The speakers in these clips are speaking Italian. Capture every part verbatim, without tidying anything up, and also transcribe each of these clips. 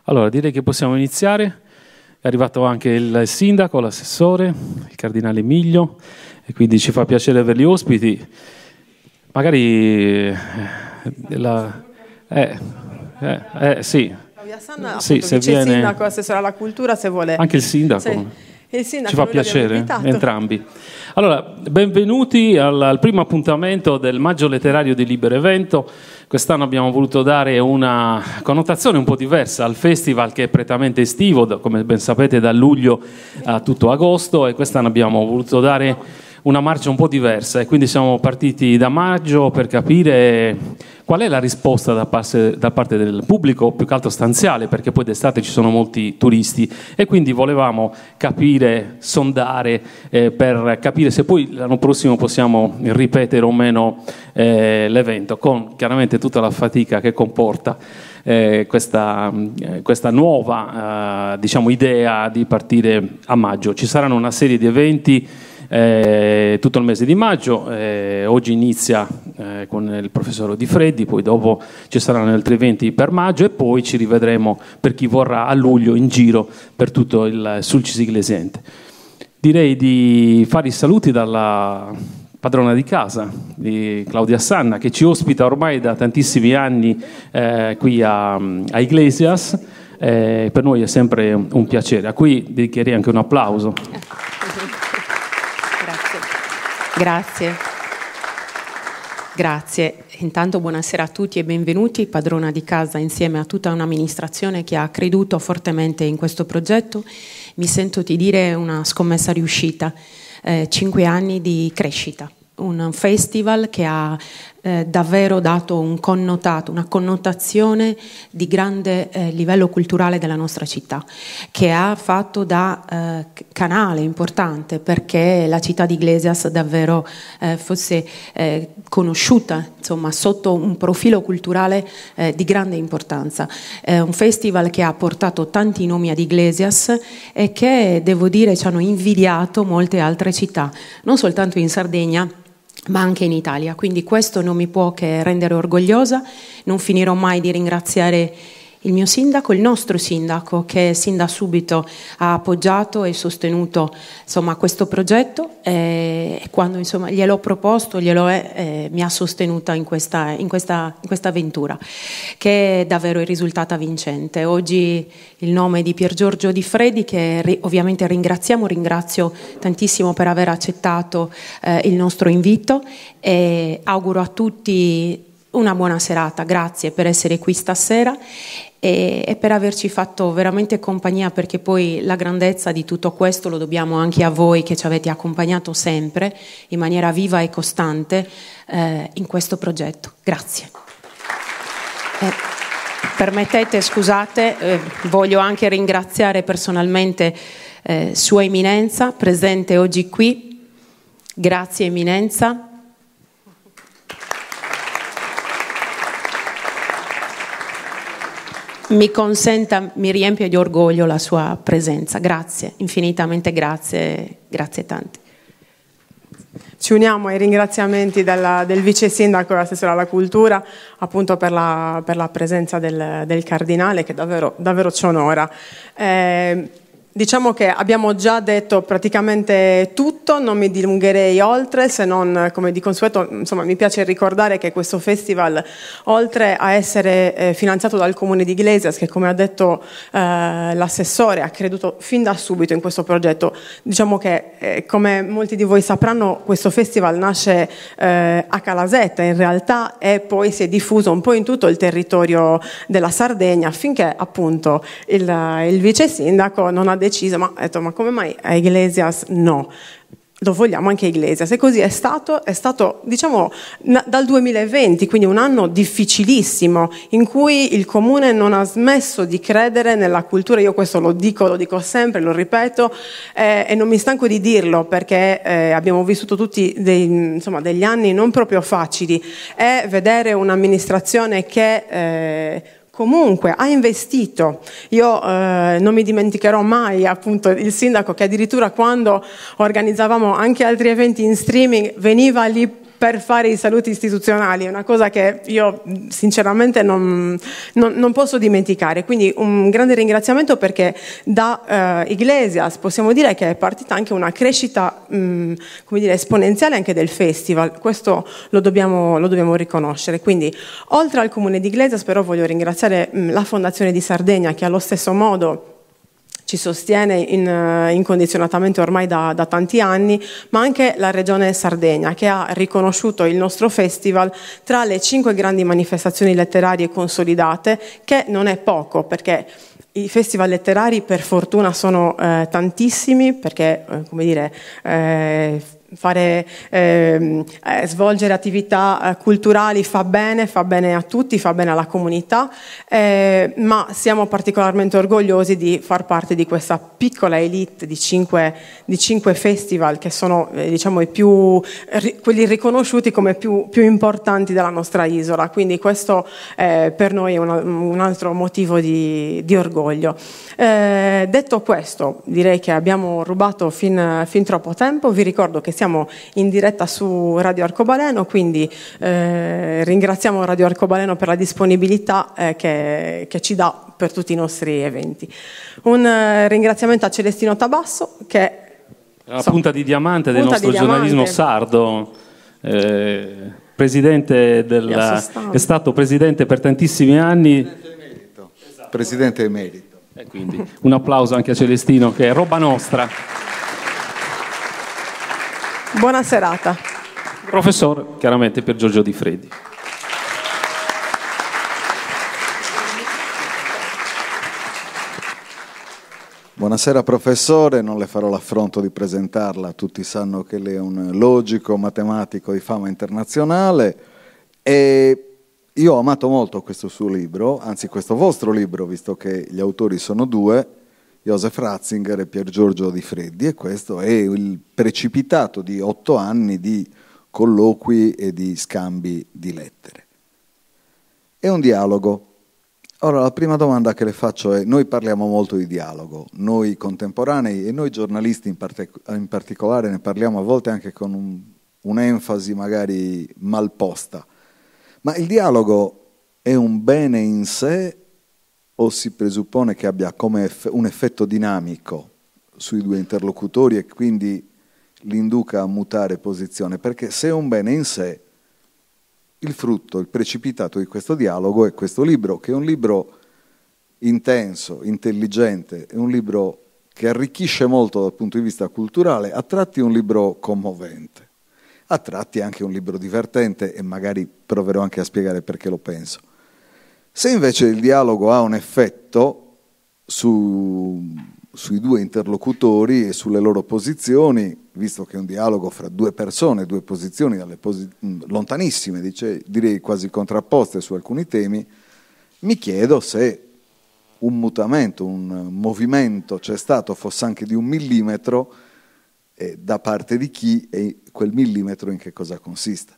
Allora, direi che possiamo iniziare. È arrivato anche il sindaco, l'assessore, il cardinale Emilio, e quindi ci fa piacere averli ospiti. Magari eh, la, eh, eh, eh, sì, Claudia Sanna, sì, appunto, se vice viene sindaco, assessore alla cultura, se vuole. anche il sindaco. Se... Il sindaco ci fa piacere, entrambi. Allora, benvenuti al, al primo appuntamento del Maggio Letterario di Libero Evento. Quest'anno abbiamo voluto dare una connotazione un po' diversa al festival, che è prettamente estivo, come ben sapete da luglio a tutto agosto, e quest'anno abbiamo voluto dare una marcia un po' diversa, e quindi siamo partiti da maggio per capire qual è la risposta da parte, da parte del pubblico, più che altro stanziale, perché poi d'estate ci sono molti turisti, e quindi volevamo capire, sondare, eh, per capire se poi l'anno prossimo possiamo ripetere o meno eh, l'evento, con chiaramente tutta la fatica che comporta eh, questa, eh, questa nuova eh, diciamo, idea di partire a maggio. Ci saranno una serie di eventi Eh, tutto il mese di maggio. Eh, oggi inizia eh, con il professor Di Freddi, poi dopo ci saranno altri eventi per maggio, e poi ci rivedremo per chi vorrà a luglio in giro per tutto il Sulcis Iglesiente. Direi di fare i saluti dalla padrona di casa, di Claudia Sanna, che ci ospita ormai da tantissimi anni eh, qui a, a Iglesias. Eh, per noi è sempre un piacere. A cui dedicherei anche un applauso. Grazie. Grazie. Intanto buonasera a tutti e benvenuti, padrona di casa, insieme a tutta un'amministrazione che ha creduto fortemente in questo progetto. Mi sento di dire una scommessa riuscita, eh, cinque anni di crescita, un festival che ha eh, davvero dato un connotato, una connotazione di grande eh, livello culturale della nostra città, che ha fatto da eh, canale importante perché la città di Iglesias davvero eh, fosse eh, conosciuta, insomma, sotto un profilo culturale eh, di grande importanza. È un festival che ha portato tanti nomi ad Iglesias e che, devo dire, ci hanno invidiato molte altre città, non soltanto in Sardegna, ma anche in Italia. Quindi questo non mi può che rendere orgogliosa. Non finirò mai di ringraziare il mio sindaco, il nostro sindaco, che sin da subito ha appoggiato e sostenuto, insomma, questo progetto, e quando, insomma, gliel'ho proposto, glielo è, eh, mi ha sostenuta in questa, in, questa, in questa avventura, che è davvero è risultata vincente. Oggi il nome di Pier Giorgio Di Freddi, che ri- ovviamente ringraziamo, ringrazio tantissimo per aver accettato eh, il nostro invito, e auguro a tutti una buona serata. Grazie per essere qui stasera e, e per averci fatto veramente compagnia, perché poi la grandezza di tutto questo lo dobbiamo anche a voi, che ci avete accompagnato sempre in maniera viva e costante eh, in questo progetto. Grazie. Eh, permettete, scusate, eh, voglio anche ringraziare personalmente eh, Sua Eminenza, presente oggi qui. Grazie Eminenza. Mi consenta, mi riempie di orgoglio la sua presenza. Grazie, infinitamente grazie, grazie tanti. Ci uniamo ai ringraziamenti della, del vice sindaco e assessore alla cultura, appunto per la, per la presenza del, del cardinale, che davvero, davvero ci onora. Eh, Diciamo che abbiamo già detto praticamente tutto, non mi dilungherei oltre, se non, come di consueto, insomma, mi piace ricordare che questo festival, oltre a essere eh, finanziato dal Comune di Iglesias, che come ha detto eh, l'assessore ha creduto fin da subito in questo progetto, diciamo che eh, come molti di voi sapranno, questo festival nasce eh, a Calasetta in realtà, e poi si è diffuso un po' in tutto il territorio della Sardegna, finché appunto il, il vice sindaco non ha deciso, ma ha detto, ma come mai a Iglesias no? Lo vogliamo anche a Iglesias, e così è stato, è stato diciamo na, dal duemilaventi, quindi un anno difficilissimo in cui il Comune non ha smesso di credere nella cultura. Io questo lo dico, lo dico sempre, lo ripeto eh, e non mi stanco di dirlo, perché eh, abbiamo vissuto tutti dei, insomma, degli anni non proprio facili, e vedere un'amministrazione che eh, comunque ha investito. Io eh, non mi dimenticherò mai appunto il sindaco che addirittura quando organizzavamo anche altri eventi in streaming veniva lì per fare i saluti istituzionali, è una cosa che io sinceramente non, non, non posso dimenticare. Quindi un grande ringraziamento, perché da eh, Iglesias possiamo dire che è partita anche una crescita mh, come dire, esponenziale anche del festival, questo lo dobbiamo, lo dobbiamo riconoscere. Quindi oltre al comune di Iglesias però voglio ringraziare mh, la Fondazione di Sardegna, che allo stesso modo ci sostiene in, incondizionatamente ormai da, da tanti anni, ma anche la Regione Sardegna, che ha riconosciuto il nostro festival tra le cinque grandi manifestazioni letterarie consolidate, che non è poco, perché i festival letterari per fortuna sono eh, tantissimi, perché eh, come dire eh, fare eh, eh, svolgere attività eh, culturali fa bene, fa bene a tutti, fa bene alla comunità, eh, ma siamo particolarmente orgogliosi di far parte di questa piccola elite di cinque, di cinque festival che sono eh, diciamo i più ri, quelli riconosciuti come più, più importanti della nostra isola, quindi questo eh, per noi è una, un altro motivo di, di orgoglio. Eh, detto questo, direi che abbiamo rubato fin, fin troppo tempo. Vi ricordo che siamo in diretta su Radio Arcobaleno, quindi eh, ringraziamo Radio Arcobaleno per la disponibilità eh, che, che ci dà per tutti i nostri eventi. Un eh, ringraziamento a Celestino Tabasso, che la so, punta di diamante del nostro giornalismo sardo, eh, presidente del, è stato presidente per tantissimi anni. Presidente emerito. Esatto. Presidente emerito. E quindi un applauso anche a Celestino, che è roba nostra. Buona serata. Professore, chiaramente per Giorgio Di Freddi. Buonasera professore, non le farò l'affronto di presentarla, tutti sanno che lei è un logico matematico di fama internazionale e io ho amato molto questo suo libro, anzi questo vostro libro, visto che gli autori sono due, Joseph Ratzinger e Pier Giorgio Di Freddi, e questo è il precipitato di otto anni di colloqui e di scambi di lettere. È un dialogo. Ora la prima domanda che le faccio è: noi parliamo molto di dialogo, noi contemporanei e noi giornalisti in, partic- in particolare ne parliamo a volte anche con un, un'enfasi magari malposta, ma il dialogo è un bene in sé o si presuppone che abbia come eff- un effetto dinamico sui due interlocutori e quindi li induca a mutare posizione? Perché se è un bene in sé, il frutto, il precipitato di questo dialogo è questo libro, che è un libro intenso, intelligente, è un libro che arricchisce molto dal punto di vista culturale, a tratti un libro commovente, a tratti anche un libro divertente, e magari proverò anche a spiegare perché lo penso. Se invece il dialogo ha un effetto su, sui due interlocutori e sulle loro posizioni, visto che è un dialogo fra due persone, due posizioni dalle posi- lontanissime, dice, direi quasi contrapposte su alcuni temi, mi chiedo se un mutamento, un movimento c'è stato, fosse anche di un millimetro, eh, da parte di chi, e quel millimetro in che cosa consiste.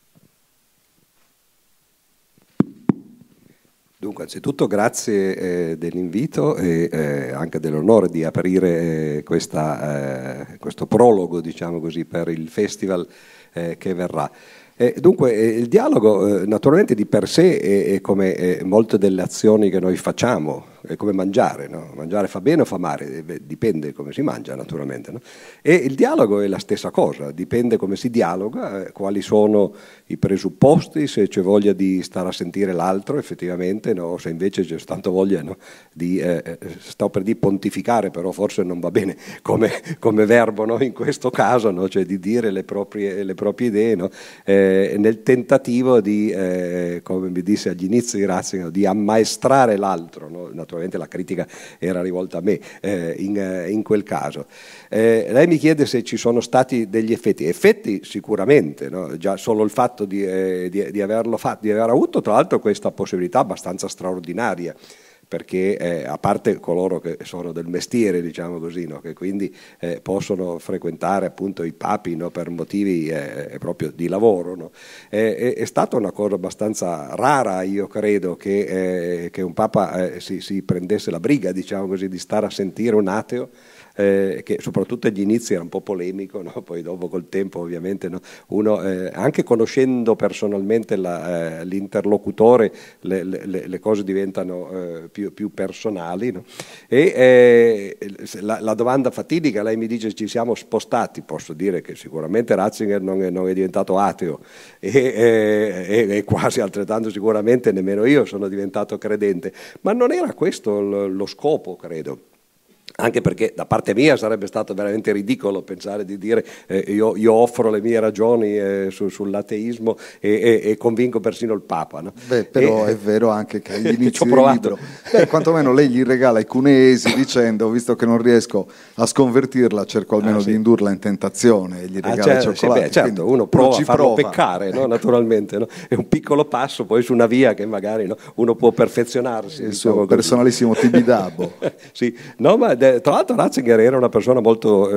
Dunque, anzitutto grazie eh, dell'invito e eh, anche dell'onore di aprire eh, questa, eh, questo prologo, diciamo così, per il festival eh, che verrà. Eh, dunque, eh, il dialogo eh, naturalmente di per sé è, è come eh, molte delle azioni che noi facciamo, è come mangiare, no? Mangiare fa bene o fa male? Eh, beh, dipende come si mangia naturalmente, no? E il dialogo è la stessa cosa, dipende come si dialoga, eh, quali sono i presupposti, se c'è voglia di stare a sentire l'altro effettivamente, no? Se invece c'è tanto voglia, no? di, eh, sto per di pontificare, però forse non va bene come, come verbo, no? In questo caso, no? Cioè di dire le proprie, le proprie idee, no? Eh, nel tentativo di, eh, come mi disse agli inizi di Ratzinger, di ammaestrare l'altro, no? Naturalmente la critica era rivolta a me eh, in, eh, in quel caso. Eh, lei mi chiede se ci sono stati degli effetti. Effetti sicuramente, no? Già solo il fatto di, eh, di, di averlo fatto, di aver avuto tra l'altro questa possibilità abbastanza straordinaria, perché eh, a parte coloro che sono del mestiere, diciamo così, no? Che quindi eh, possono frequentare appunto i papi, no? Per motivi eh, proprio di lavoro, no? eh, è, è stata una cosa abbastanza rara, io credo, che, eh, che un papa eh, si, si prendesse la briga, diciamo così, di stare a sentire un ateo. Eh, che soprattutto agli inizi era un po' polemico, no? Poi dopo col tempo ovviamente, no? Uno eh, anche conoscendo personalmente la, eh, l'interlocutore le, le, le cose diventano eh, più, più personali, no? E eh, la, la domanda fatidica, lei mi dice ci siamo spostati, posso dire che sicuramente Ratzinger non è, non è diventato ateo e, e, e quasi altrettanto sicuramente nemmeno io sono diventato credente, ma non era questo lo, lo scopo, credo. Anche perché da parte mia sarebbe stato veramente ridicolo pensare di dire eh, io, io offro le mie ragioni eh, su, sull'ateismo e, e, e convinco persino il Papa. No? Beh, però e, è vero anche che agli inizi del provato. libro, beh, quantomeno lei gli regala i cunesi dicendo, visto che non riesco a sconvertirla, cerco almeno ah, sì. di indurla in tentazione e gli regala ah, certo, i cioccolati. Sì, beh, certo, uno prova a farlo prova. peccare, no? Naturalmente. No? È un piccolo passo poi su una via che magari no? uno può perfezionarsi. Il suo personalissimo Tibidabo. Sì, no, ma tra l'altro Ratzinger era una persona molto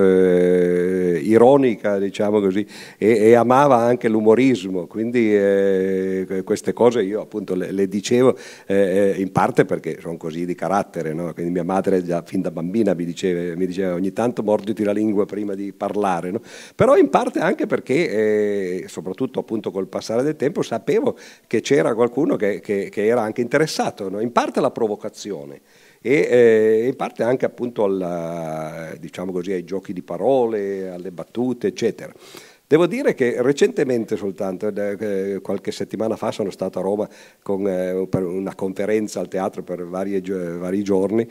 eh, ironica, diciamo così, e, e amava anche l'umorismo, quindi eh, queste cose io appunto le, le dicevo eh, in parte perché sono così di carattere, no? Quindi mia madre già fin da bambina mi diceva, mi diceva ogni tanto morditi la lingua prima di parlare, no? Però in parte anche perché, eh, soprattutto appunto col passare del tempo, sapevo che c'era qualcuno che, che, che era anche interessato, no? In parte alla provocazione, e eh, in parte anche appunto alla, diciamo così, ai giochi di parole, alle battute, eccetera. Devo dire che recentemente soltanto, eh, qualche settimana fa, sono stato a Roma con, eh, per una conferenza al teatro per varie, vari giorni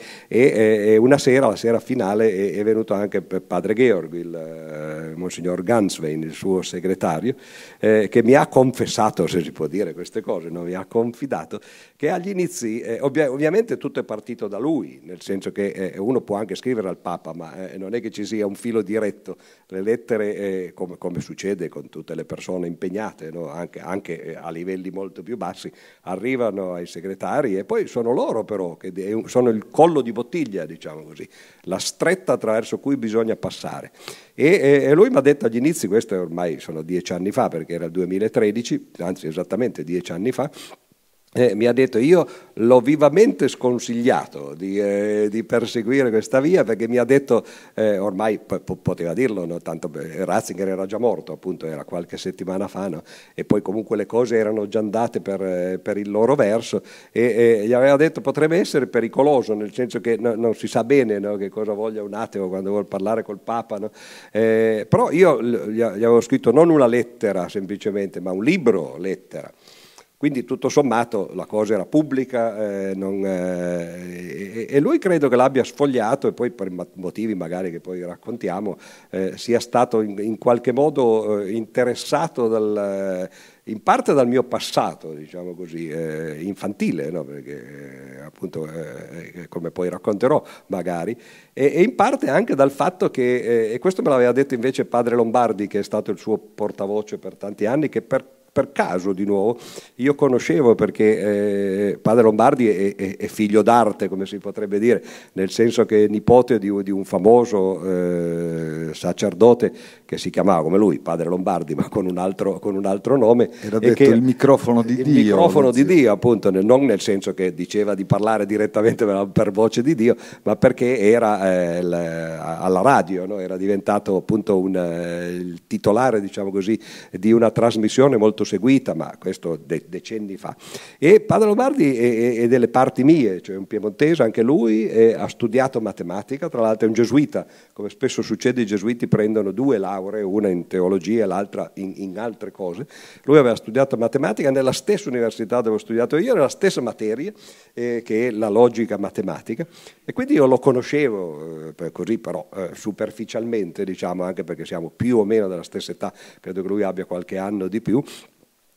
e eh, una sera, la sera finale, è, è venuto anche padre Georg, il eh, Monsignor Ganswein, il suo segretario, eh, che mi ha confessato, se si può dire queste cose, no? Mi ha confidato che agli inizi, eh, ovvia, ovviamente tutto è partito da lui, nel senso che eh, uno può anche scrivere al Papa, ma eh, non è che ci sia un filo diretto, le lettere eh, come, come succede con tutte le persone impegnate, no? anche, anche a livelli molto più bassi, arrivano ai segretari e poi sono loro però che sono il collo di bottiglia, diciamo così, la stretta attraverso cui bisogna passare. E, e, e lui mi ha detto agli inizi, questo ormai sono dieci anni fa, perché era il duemilatredici, anzi esattamente dieci anni fa, Eh, mi ha detto io l'ho vivamente sconsigliato di, eh, di perseguire questa via, perché mi ha detto eh, ormai p- poteva dirlo, no? Tanto beh, Ratzinger era già morto, appunto era qualche settimana fa, no? E poi comunque le cose erano già andate per, eh, per il loro verso e, e gli aveva detto potrebbe essere pericoloso, nel senso che no, non si sa bene, no? Che cosa voglia un ateo quando vuol parlare col Papa, no? Eh, però io gli, gli avevo scritto non una lettera semplicemente, ma un libro lettera. Quindi tutto sommato la cosa era pubblica eh, non, eh, e, e lui credo che l'abbia sfogliato e poi per motivi magari che poi raccontiamo eh, sia stato in, in qualche modo eh, interessato dal, in parte dal mio passato, diciamo così, eh, infantile, no? Perché eh, appunto eh, come poi racconterò magari, e, e in parte anche dal fatto che, eh, e questo me l'aveva detto invece padre Lombardi, che è stato il suo portavoce per tanti anni, che per Per caso, di nuovo, io conoscevo perché eh, padre Lombardi è, è, è figlio d'arte, come si potrebbe dire, nel senso che è nipote di, di un famoso eh, sacerdote che si chiamava come lui, padre Lombardi, ma con un altro, con un altro nome. Era detto che, il microfono di il Dio. Il microfono di Dio, appunto, non nel senso che diceva di parlare direttamente per, per voce di Dio, ma perché era eh, l, alla radio, no? Era diventato appunto un, eh, il titolare, diciamo così, di una trasmissione molto seguita, ma questo de- decenni fa. E padre Lombardi è, è delle parti mie, cioè un piemontese, anche lui, è, ha studiato matematica, tra l'altro è un gesuita, come spesso succede i gesuiti prendono due lauree, una in teologia e l'altra in, in altre cose. Lui aveva studiato matematica nella stessa università dove ho studiato io, nella stessa materia, eh, che è la logica matematica, e quindi io lo conoscevo eh, così però eh, superficialmente, diciamo, anche perché siamo più o meno della stessa età, credo che lui abbia qualche anno di più.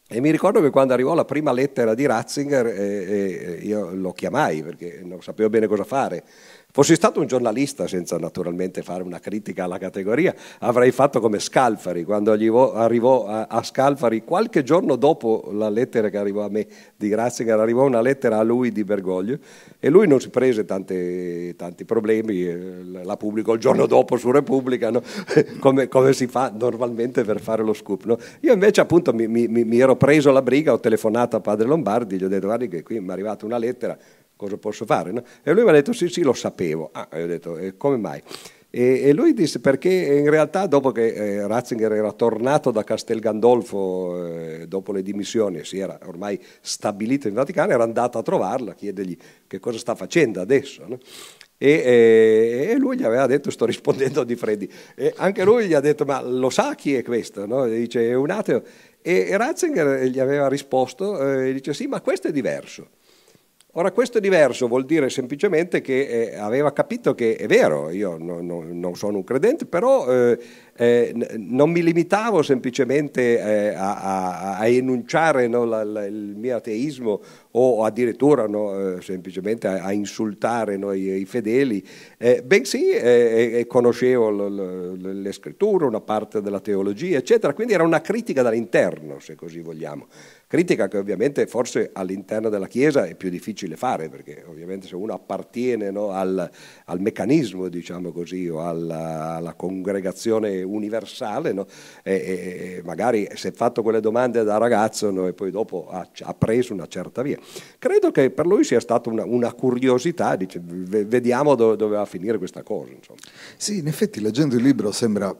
E mi ricordo che quando arrivò la prima lettera di Ratzinger eh, eh, io lo chiamai perché non sapevo bene cosa fare. Fossi stato un giornalista, senza naturalmente fare una critica alla categoria, avrei fatto come Scalfari, quando gli vo- arrivò a, a Scalfari, qualche giorno dopo la lettera che arrivò a me di Ratzinger, arrivò una lettera a lui di Bergoglio e lui non si prese tante, tanti problemi, eh, la pubblicò il giorno dopo su Repubblica, no? come, come si fa normalmente per fare lo scoop. No? Io invece appunto mi, mi, mi ero preso la briga, ho telefonato a padre Lombardi, gli ho detto guardi che qui mi è arrivata una lettera, cosa posso fare? No? E lui mi ha detto sì sì lo sapevo. Ah, e io ho detto e come mai? E, e lui disse perché in realtà dopo che eh, Ratzinger era tornato da Castel Gandolfo eh, dopo le dimissioni e si era ormai stabilito in Vaticano, era andato a trovarla a chiedergli che cosa sta facendo adesso, no? E, e, e lui gli aveva detto sto rispondendo a Di Freddi e anche lui gli ha detto ma lo sa chi è questo? No? E dice è un ateo e, e Ratzinger gli aveva risposto e eh, dice sì ma questo è diverso. Ora questo diverso vuol dire semplicemente che eh, aveva capito che è vero, io no, no, non sono un credente, però eh, eh, n- non mi limitavo semplicemente eh, a, a, a enunciare no, la, la, il mio ateismo o addirittura no, eh, semplicemente a, a insultare no, i, i fedeli, eh, bensì eh, conoscevo lo, lo, le scritture, una parte della teologia, eccetera, quindi era una critica dall'interno, se così vogliamo. Critica che ovviamente forse all'interno della Chiesa è più difficile fare, perché ovviamente se uno appartiene no, al, al meccanismo, diciamo così, o alla, alla congregazione universale, no, e, e magari si è fatto quelle domande da ragazzo no, e poi dopo ha, ha preso una certa via. Credo che per lui sia stata una, una curiosità, dice, vediamo dove, dove va a finire questa cosa. Insomma. Sì, in effetti leggendo il libro sembra...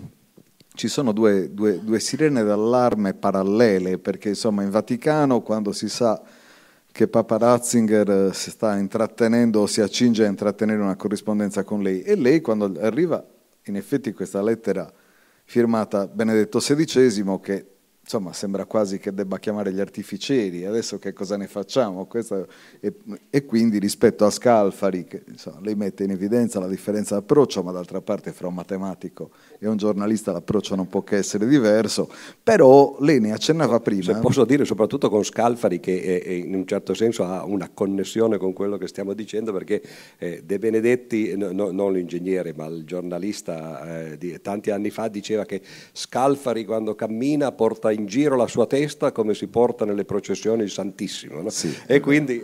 Ci sono due, due, due sirene d'allarme parallele, perché insomma in Vaticano quando si sa che Papa Ratzinger si sta intrattenendo o si accinge a intrattenere una corrispondenza con lei, e lei quando arriva in effetti questa lettera firmata Benedetto sedicesimo che insomma sembra quasi che debba chiamare gli artificieri, adesso che cosa ne facciamo? Questo, e, e quindi rispetto a Scalfari, che insomma, lei mette in evidenza la differenza d'approccio, ma d'altra parte fra un matematico e un giornalista l'approccio non può che essere diverso, però lei ne accennava prima. Se posso dire soprattutto con Scalfari che è, è in un certo senso ha una connessione con quello che stiamo dicendo, perché eh, De Benedetti, no, no, non l'ingegnere ma il giornalista eh, di tanti anni fa diceva che Scalfari quando cammina porta in giro la sua testa come si porta nelle processioni il Santissimo, no? Sì. E quindi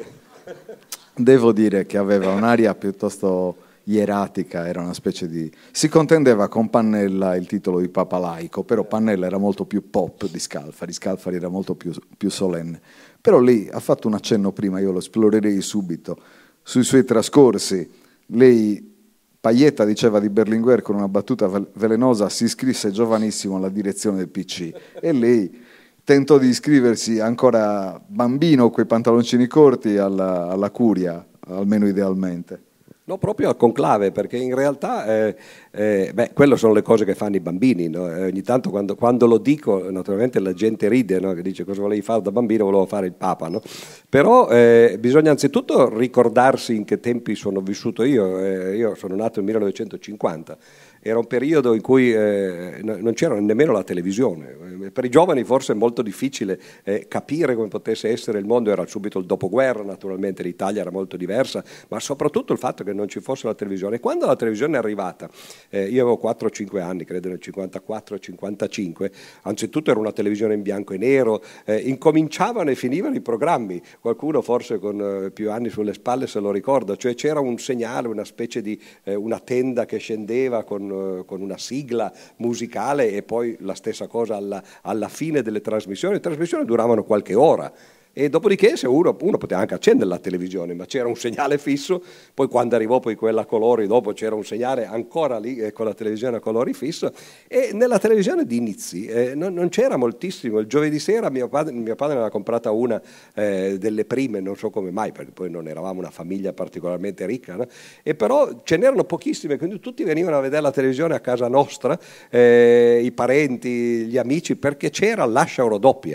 devo dire che aveva un'aria piuttosto ieratica, era una specie di... si contendeva con Pannella il titolo di Papa laico, però Pannella era molto più pop di Scalfari, Scalfari era molto più, più solenne. Però lì ha fatto un accenno prima, io lo esplorerei subito, sui suoi trascorsi. Lei, Pajetta diceva di Berlinguer con una battuta velenosa, si iscrisse giovanissimo alla direzione del P C e lei tentò di iscriversi ancora bambino coi pantaloncini corti alla, alla curia, almeno idealmente. No, proprio al conclave, perché in realtà eh, eh, beh, quello sono le cose che fanno i bambini, no? eh, ogni tanto quando, quando lo dico naturalmente la gente ride, no? Che dice cosa volevi fare da bambino, volevo fare il Papa, no? Però eh, bisogna anzitutto ricordarsi in che tempi sono vissuto io, eh, io sono nato nel millenovecentocinquanta. Era un periodo in cui eh, non c'era nemmeno la televisione. Per i giovani forse è molto difficile eh, capire come potesse essere il mondo, era subito il dopoguerra, naturalmente l'Italia era molto diversa, ma soprattutto il fatto che non ci fosse la televisione. E quando la televisione è arrivata, eh, io avevo quattro o cinque anni, credo nel cinquantaquattro cinquantacinque, anzitutto era una televisione in bianco e nero, eh, incominciavano e finivano i programmi, qualcuno forse con eh, più anni sulle spalle se lo ricorda, cioè c'era un segnale, una specie di eh, una tenda che scendeva con con una sigla musicale e poi la stessa cosa alla, alla fine delle trasmissioni. Le trasmissioni duravano qualche ora e dopodiché se uno, uno poteva anche accendere la televisione, ma c'era un segnale fisso, poi quando arrivò poi quella a colori dopo c'era un segnale ancora lì eh, con la televisione a colori fisso, e nella televisione di inizi eh, non, non c'era moltissimo. Il giovedì sera mio padre, mio padre ne aveva comprata una eh, delle prime, non so come mai, perché poi non eravamo una famiglia particolarmente ricca, no? E però ce n'erano pochissime, quindi tutti venivano a vedere la televisione a casa nostra, eh, i parenti, gli amici, perché c'era l'ascia orodoppia.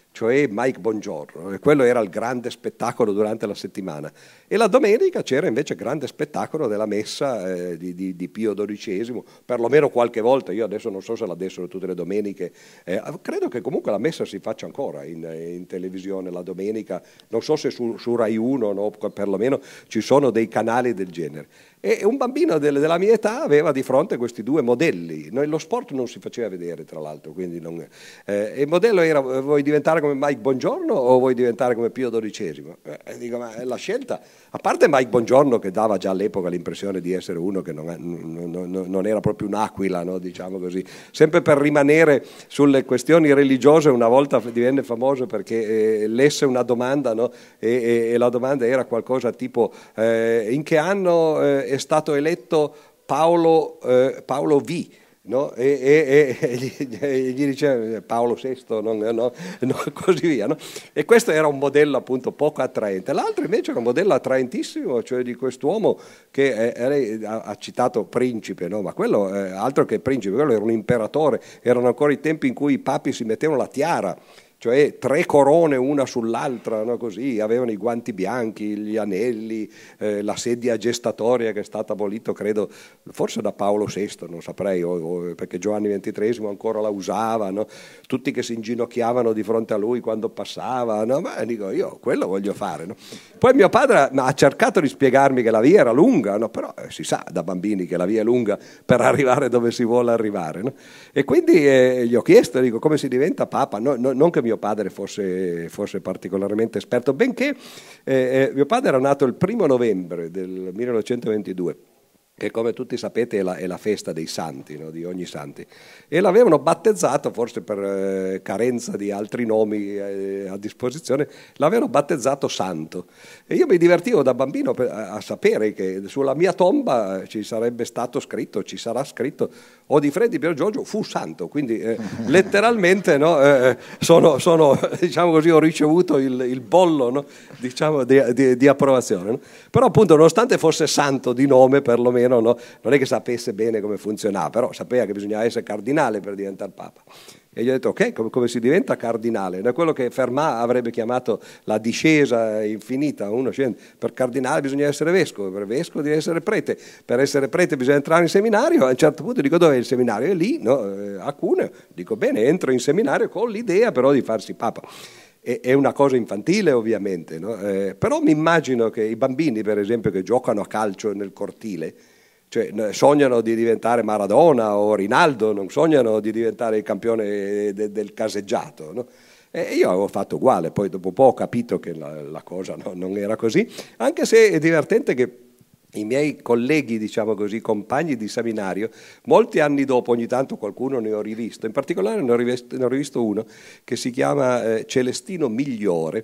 cioè Mike Bongiorno, e quello era il grande spettacolo durante la settimana. E la domenica c'era invece il grande spettacolo della messa eh, di, di, di Pio dodicesimo, perlomeno qualche volta, io adesso non so se la dessero tutte le domeniche, eh, credo che comunque la messa si faccia ancora in, in televisione la domenica, non so se su, su Rai uno, no, perlomeno ci sono dei canali del genere. E un bambino del, della mia età aveva di fronte questi due modelli. Noi, lo sport non si faceva vedere, tra l'altro, quindi non, eh, il modello era: vuoi diventare come Mike Bongiorno o vuoi diventare come Pio dodicesimo? Eh, dico, ma la scelta, a parte Mike Bongiorno che dava già all'epoca l'impressione di essere uno che non, non, non era proprio un'aquila, no, diciamo così, sempre per rimanere sulle questioni religiose, una volta divenne famoso perché eh, lesse una domanda, no, e, e, e la domanda era qualcosa tipo eh, in che anno eh, è stato eletto Paolo, eh, Paolo V, no? e, e, e, gli, e gli diceva Paolo sesto, non, no, no, così via. No? E questo era un modello appunto poco attraente. L'altro invece era un modello attraentissimo, cioè di quest'uomo che eh, lei ha, ha citato principe, no? Ma quello eh, altro che principe, quello era un imperatore, erano ancora i tempi in cui i papi si mettevano la tiara, cioè tre corone una sull'altra, no? Così, avevano i guanti bianchi, gli anelli, eh, la sedia gestatoria che è stata abolita, credo, forse da Paolo sesto, non saprei, o, o, perché Giovanni ventitresimo ancora la usava, no? Tutti che si inginocchiavano di fronte a lui quando passava, no? Ma dico, io quello voglio fare, no? Poi mio padre ha cercato di spiegarmi che la via era lunga, no? Però eh, si sa da bambini che la via è lunga per arrivare dove si vuole arrivare, no? E quindi eh, gli ho chiesto, dico, come si diventa papa? No, no, non che mio padre fosse, fosse particolarmente esperto, benché eh, mio padre era nato il primo novembre del millenovecentoventidue, che come tutti sapete è la, è la festa dei santi, no? Di ogni santi, e l'avevano battezzato, forse per eh, carenza di altri nomi eh, a disposizione, l'avevano battezzato santo. E io mi divertivo da bambino per, a, a sapere che sulla mia tomba ci sarebbe stato scritto, ci sarà scritto, Odifreddi Pier Giorgio fu santo, quindi eh, letteralmente, no, eh, sono, sono, diciamo così, ho ricevuto il, il bollo, no, diciamo, di, di, di approvazione. No? Però appunto, nonostante fosse santo di nome, perlomeno, no, non è che sapesse bene come funzionava, però sapeva che bisognava essere cardinale per diventare papa. E gli ho detto, ok, come, come si diventa cardinale? Da quello che Fermat avrebbe chiamato la discesa infinita, uno scende, per cardinale bisogna essere vescovo, per vescovo devi essere prete, per essere prete bisogna entrare in seminario. A un certo punto dico, dov'è il seminario? È lì, no? A Cuneo. Dico, bene, entro in seminario con l'idea però di farsi papa. È una cosa infantile ovviamente, no? Eh, però mi immagino che i bambini, per esempio, che giocano a calcio nel cortile, cioè sognano di diventare Maradona o Rinaldo, non sognano di diventare il campione de, del caseggiato, no? E io avevo fatto uguale, poi dopo un po' ho capito che la, la cosa no, non era così, anche se è divertente che i miei colleghi, diciamo così, compagni di seminario, molti anni dopo, ogni tanto qualcuno ne ho rivisto, in particolare ne ho rivisto, ne ho rivisto uno che si chiama eh, Celestino Migliore.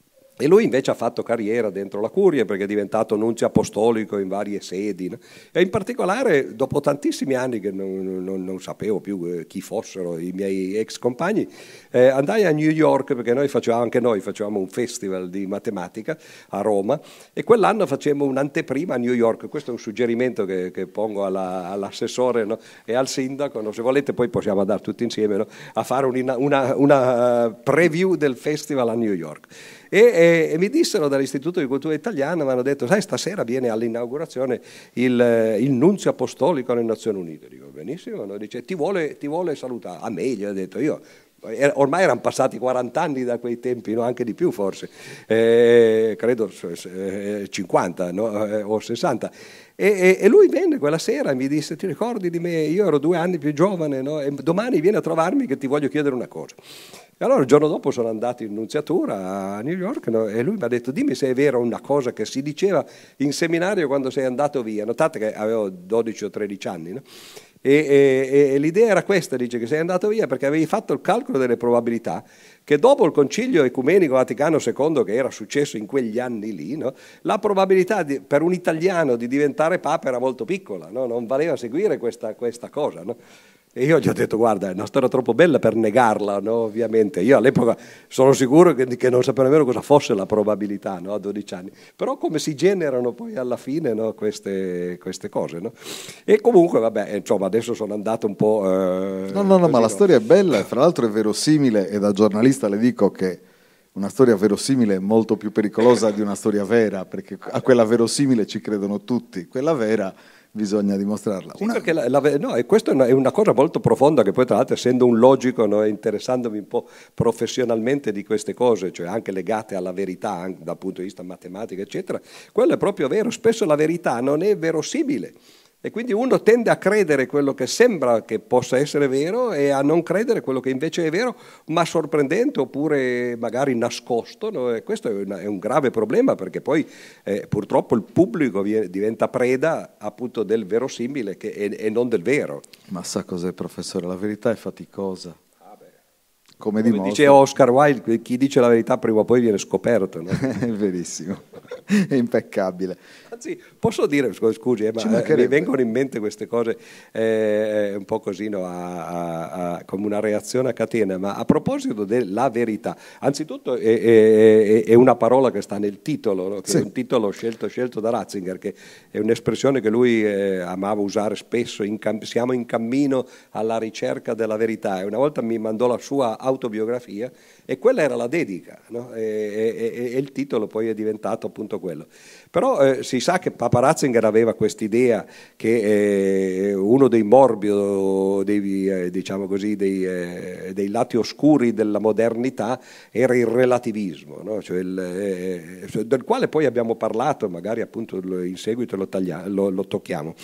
E lui invece ha fatto carriera dentro la curia perché è diventato nunzio apostolico in varie sedi, no? E in particolare dopo tantissimi anni che non, non, non sapevo più eh, chi fossero i miei ex compagni, eh, andai a New York perché noi facevamo, anche noi facevamo un festival di matematica a Roma e quell'anno facemmo un'anteprima a New York. Questo è un suggerimento che, che pongo alla, all'assessore, no? E al sindaco, no? Se volete poi possiamo andare tutti insieme, no? A fare una, una, una preview del festival a New York. E, e, e mi dissero dall'Istituto di Cultura Italiana, mi hanno detto, sai, stasera viene all'inaugurazione il, il nunzio apostolico alle Nazioni Unite. Dico, benissimo, no? Dice, ti vuole, ti vuole salutare. A me, gli ho detto io. Ormai erano passati quaranta anni da quei tempi, no? Anche di più forse, eh, credo eh, cinquanta, no? eh, o sessanta. E, e, e lui venne quella sera e mi disse, ti ricordi di me? Io ero due anni più giovane, no? E domani vieni a trovarmi che ti voglio chiedere una cosa. E allora il giorno dopo sono andato in nunziatura a New York, no? E lui mi ha detto, dimmi se è vero una cosa che si diceva in seminario quando sei andato via. Notate che avevo dodici o tredici anni, no? E, e, e l'idea era questa, dice, che sei andato via perché avevi fatto il calcolo delle probabilità che dopo il Concilio Ecumenico Vaticano secondo, che era successo in quegli anni lì, no? La probabilità di, per un italiano di diventare papa era molto piccola, no? Non valeva seguire questa, questa cosa, no? E io gli ho detto, guarda, è una storia troppo bella per negarla, no? Ovviamente. Io all'epoca sono sicuro che, che non sapevo nemmeno cosa fosse la probabilità, no? A dodici anni. Però come si generano poi alla fine, no? queste, queste cose, no? E comunque, vabbè, insomma, adesso sono andato un po'... Eh, no, no, no, così, ma la no? storia è bella e fra l'altro è verosimile, e da giornalista le dico che una storia verosimile è molto più pericolosa di una storia vera, perché a quella verosimile ci credono tutti, quella vera bisogna dimostrarla. Sì, una... perché la, la, no, e questa è una, è una cosa molto profonda che poi tra l'altro, essendo un logico, no, interessandomi un po' professionalmente di queste cose, cioè anche legate alla verità anche dal punto di vista matematico eccetera, quello è proprio vero, spesso la verità non è verosimile e quindi uno tende a credere quello che sembra che possa essere vero e a non credere quello che invece è vero ma sorprendente oppure magari nascosto, no? E questo è, una, è un grave problema perché poi eh, purtroppo il pubblico viene, diventa preda appunto del verosimile che, e, e non del vero. Ma sa cos'è, professore? La verità è faticosa. Come, Come dice Oscar Wilde, chi dice la verità prima o poi viene scoperto, no? È verissimo, è impeccabile. Anzi, posso dire, scusi, eh, ma eh, mi vengono in mente queste cose eh, un po' così, no, a, a, a, come una reazione a catena, ma a proposito della verità, anzitutto è, è, è una parola che sta nel titolo, no? Che sì. È un titolo scelto, scelto da Ratzinger, che è un'espressione che lui eh, amava usare spesso, in cam- siamo in cammino alla ricerca della verità, e una volta mi mandò la sua autobiografia e quella era la dedica, no? e, e, e il titolo poi è diventato appunto quello. Però eh, si sa che Papa Ratzinger aveva quest'idea che eh, uno dei morbi o dei, eh, diciamo così, dei, eh, dei lati oscuri della modernità era il relativismo, no? Cioè il, eh, del quale poi abbiamo parlato, magari appunto in seguito lo, taglia, lo, lo tocchiamo.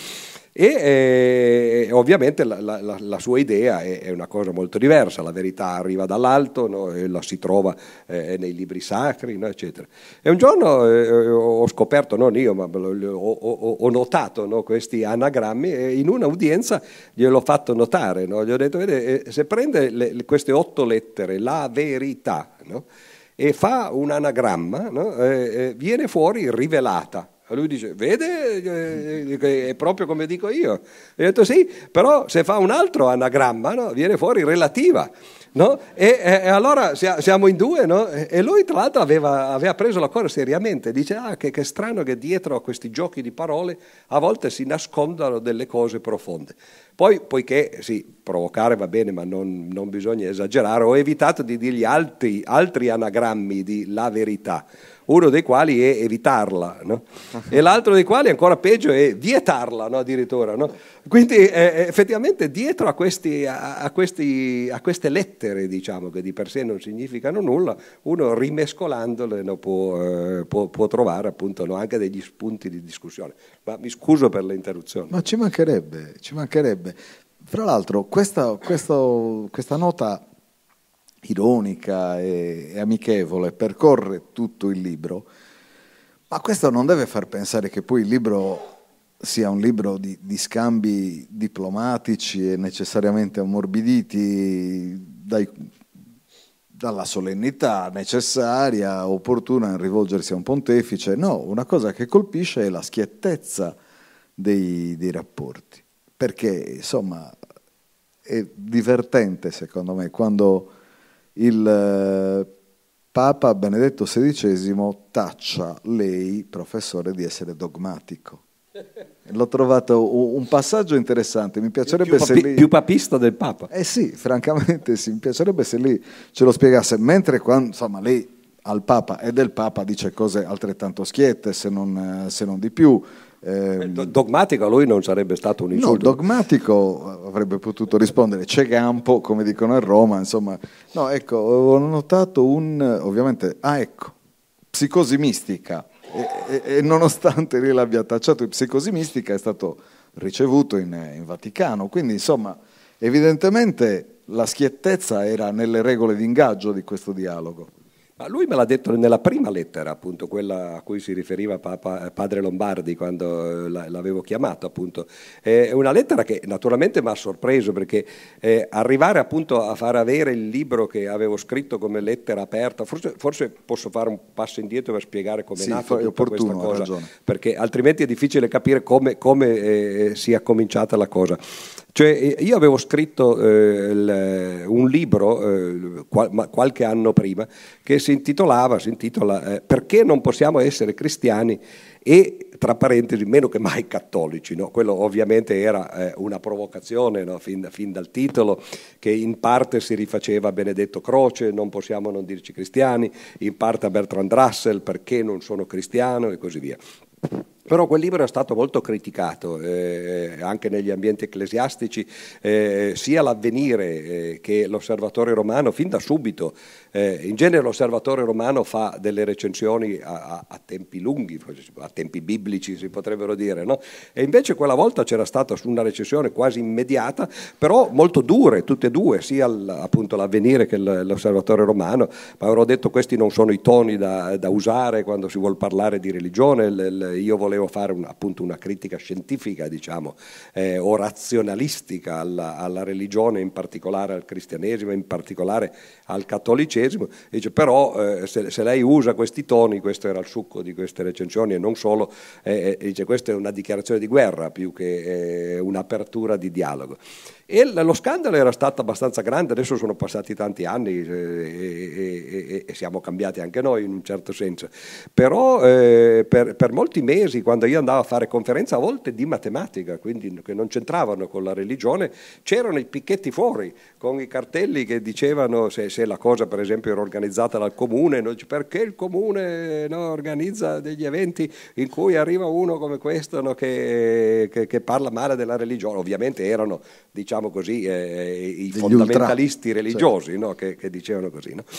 E eh, ovviamente la, la, la sua idea è, è una cosa molto diversa, la verità arriva dall'alto, no? E la si trova eh, nei libri sacri, no? Eccetera. E un giorno eh, ho scoperto, non io, ma ho, ho, ho notato, no? Questi anagrammi e in un'udienza gliel'ho fatto notare, no? Gli ho detto, vede, se prende le, queste otto lettere, la verità, no? E fa un anagramma, no? eh, viene fuori rivelata. Lui dice, vede, è proprio come dico io. E ho detto sì, però se fa un altro anagramma, no, viene fuori relativa. No? E, e, e allora siamo in due, no? E lui tra l'altro aveva, aveva preso la cosa seriamente. Dice, ah, che, che strano che dietro a questi giochi di parole a volte si nascondano delle cose profonde. Poi, poiché sì, provocare va bene, ma non, non bisogna esagerare, ho evitato di dirgli altri, altri anagrammi di la verità, uno dei quali è evitarla, no? E l'altro dei quali, ancora peggio, è vietarla, no? Addirittura. No? Quindi eh, effettivamente dietro a, questi, a, a, questi, a queste lettere, diciamo, che di per sé non significano nulla, uno rimescolandole, no, può, eh, può, può trovare appunto, no, anche degli spunti di discussione. Ma mi scuso per l'interruzione. Ma ci mancherebbe, ci mancherebbe. Fra l'altro questa, questo, questa nota ironica e, e amichevole percorre tutto il libro, ma questo non deve far pensare che poi il libro sia un libro di, di scambi diplomatici e necessariamente ammorbiditi dai, dalla solennità necessaria, opportuna nel rivolgersi a un pontefice. No, una cosa che colpisce è la schiettezza dei, dei rapporti, perché insomma è divertente secondo me quando il Papa Benedetto sedicesimo taccia lei, professore, di essere dogmatico. L'ho trovato un passaggio interessante, mi piacerebbe più, se papi, lei... più papista del Papa. Eh sì, francamente sì, mi piacerebbe se lei ce lo spiegasse, mentre quando, insomma, lei al Papa e del Papa dice cose altrettanto schiette, se non, se non di più. Eh, dogmatico a lui non sarebbe stato un insulto. No, dogmatico avrebbe potuto rispondere c'è campo, come dicono a Roma, insomma. No, ecco, ho notato un, ovviamente, ah ecco, psicosi mistica, e, e, e nonostante lei l'abbia tacciato di psicosi mistica è stato ricevuto in, in Vaticano, quindi insomma, evidentemente la schiettezza era nelle regole di ingaggio di questo dialogo. Ma lui me l'ha detto nella prima lettera, appunto, quella a cui si riferiva Papa, padre Lombardi quando l'avevo chiamato, appunto. È una lettera che naturalmente mi ha sorpreso, perché eh, arrivare appunto a far avere il libro che avevo scritto come lettera aperta, forse, forse posso fare un passo indietro per spiegare come è sì, nata tutta opportuno, questa cosa, perché altrimenti è difficile capire come, come eh, sia cominciata la cosa. Cioè, io avevo scritto eh, il, un libro eh, qual, qualche anno prima che si intitolava, si intitola eh, Perché non possiamo essere cristiani e, tra parentesi, meno che mai cattolici, no? Quello ovviamente era eh, una provocazione, no? fin, fin dal titolo, che in parte si rifaceva a Benedetto Croce, non possiamo non dirci cristiani, in parte a Bertrand Russell, perché non sono cristiano, e così via. Però quel libro è stato molto criticato eh, anche negli ambienti ecclesiastici, eh, sia l'Avvenire eh, che l'Osservatore Romano fin da subito. Eh, in genere l'Osservatore Romano fa delle recensioni a, a, a tempi lunghi, a tempi biblici si potrebbero dire, no? E invece quella volta c'era stata una recensione quasi immediata, però molto dure, tutte e due, sia l, appunto l'Avvenire che l'Osservatore Romano. Ma avrò detto, questi non sono i toni da, da usare quando si vuol parlare di religione. L, l, io volevo fare un, appunto una critica scientifica, diciamo, eh, o razionalistica alla, alla religione, in particolare al cristianesimo, in particolare al cattolicesimo. Dice, però eh, se, se lei usa questi toni, questo era il succo di queste recensioni, e non solo, eh, dice, questa è una dichiarazione di guerra più che eh, un'apertura di dialogo. E lo scandalo era stato abbastanza grande. Adesso sono passati tanti anni e, e, e, e siamo cambiati anche noi in un certo senso, però eh, per, per molti mesi, quando io andavo a fare conferenze, a volte di matematica, quindi che non c'entravano con la religione, c'erano i picchetti fuori con i cartelli che dicevano, se, se la cosa per esempio era organizzata dal comune, no, perché il comune, no, organizza degli eventi in cui arriva uno come questo, no, che, che, che parla male della religione. Ovviamente erano, diciamo così, eh, i Degli fondamentalisti ultra. religiosi, sì, no, che, che dicevano così, no?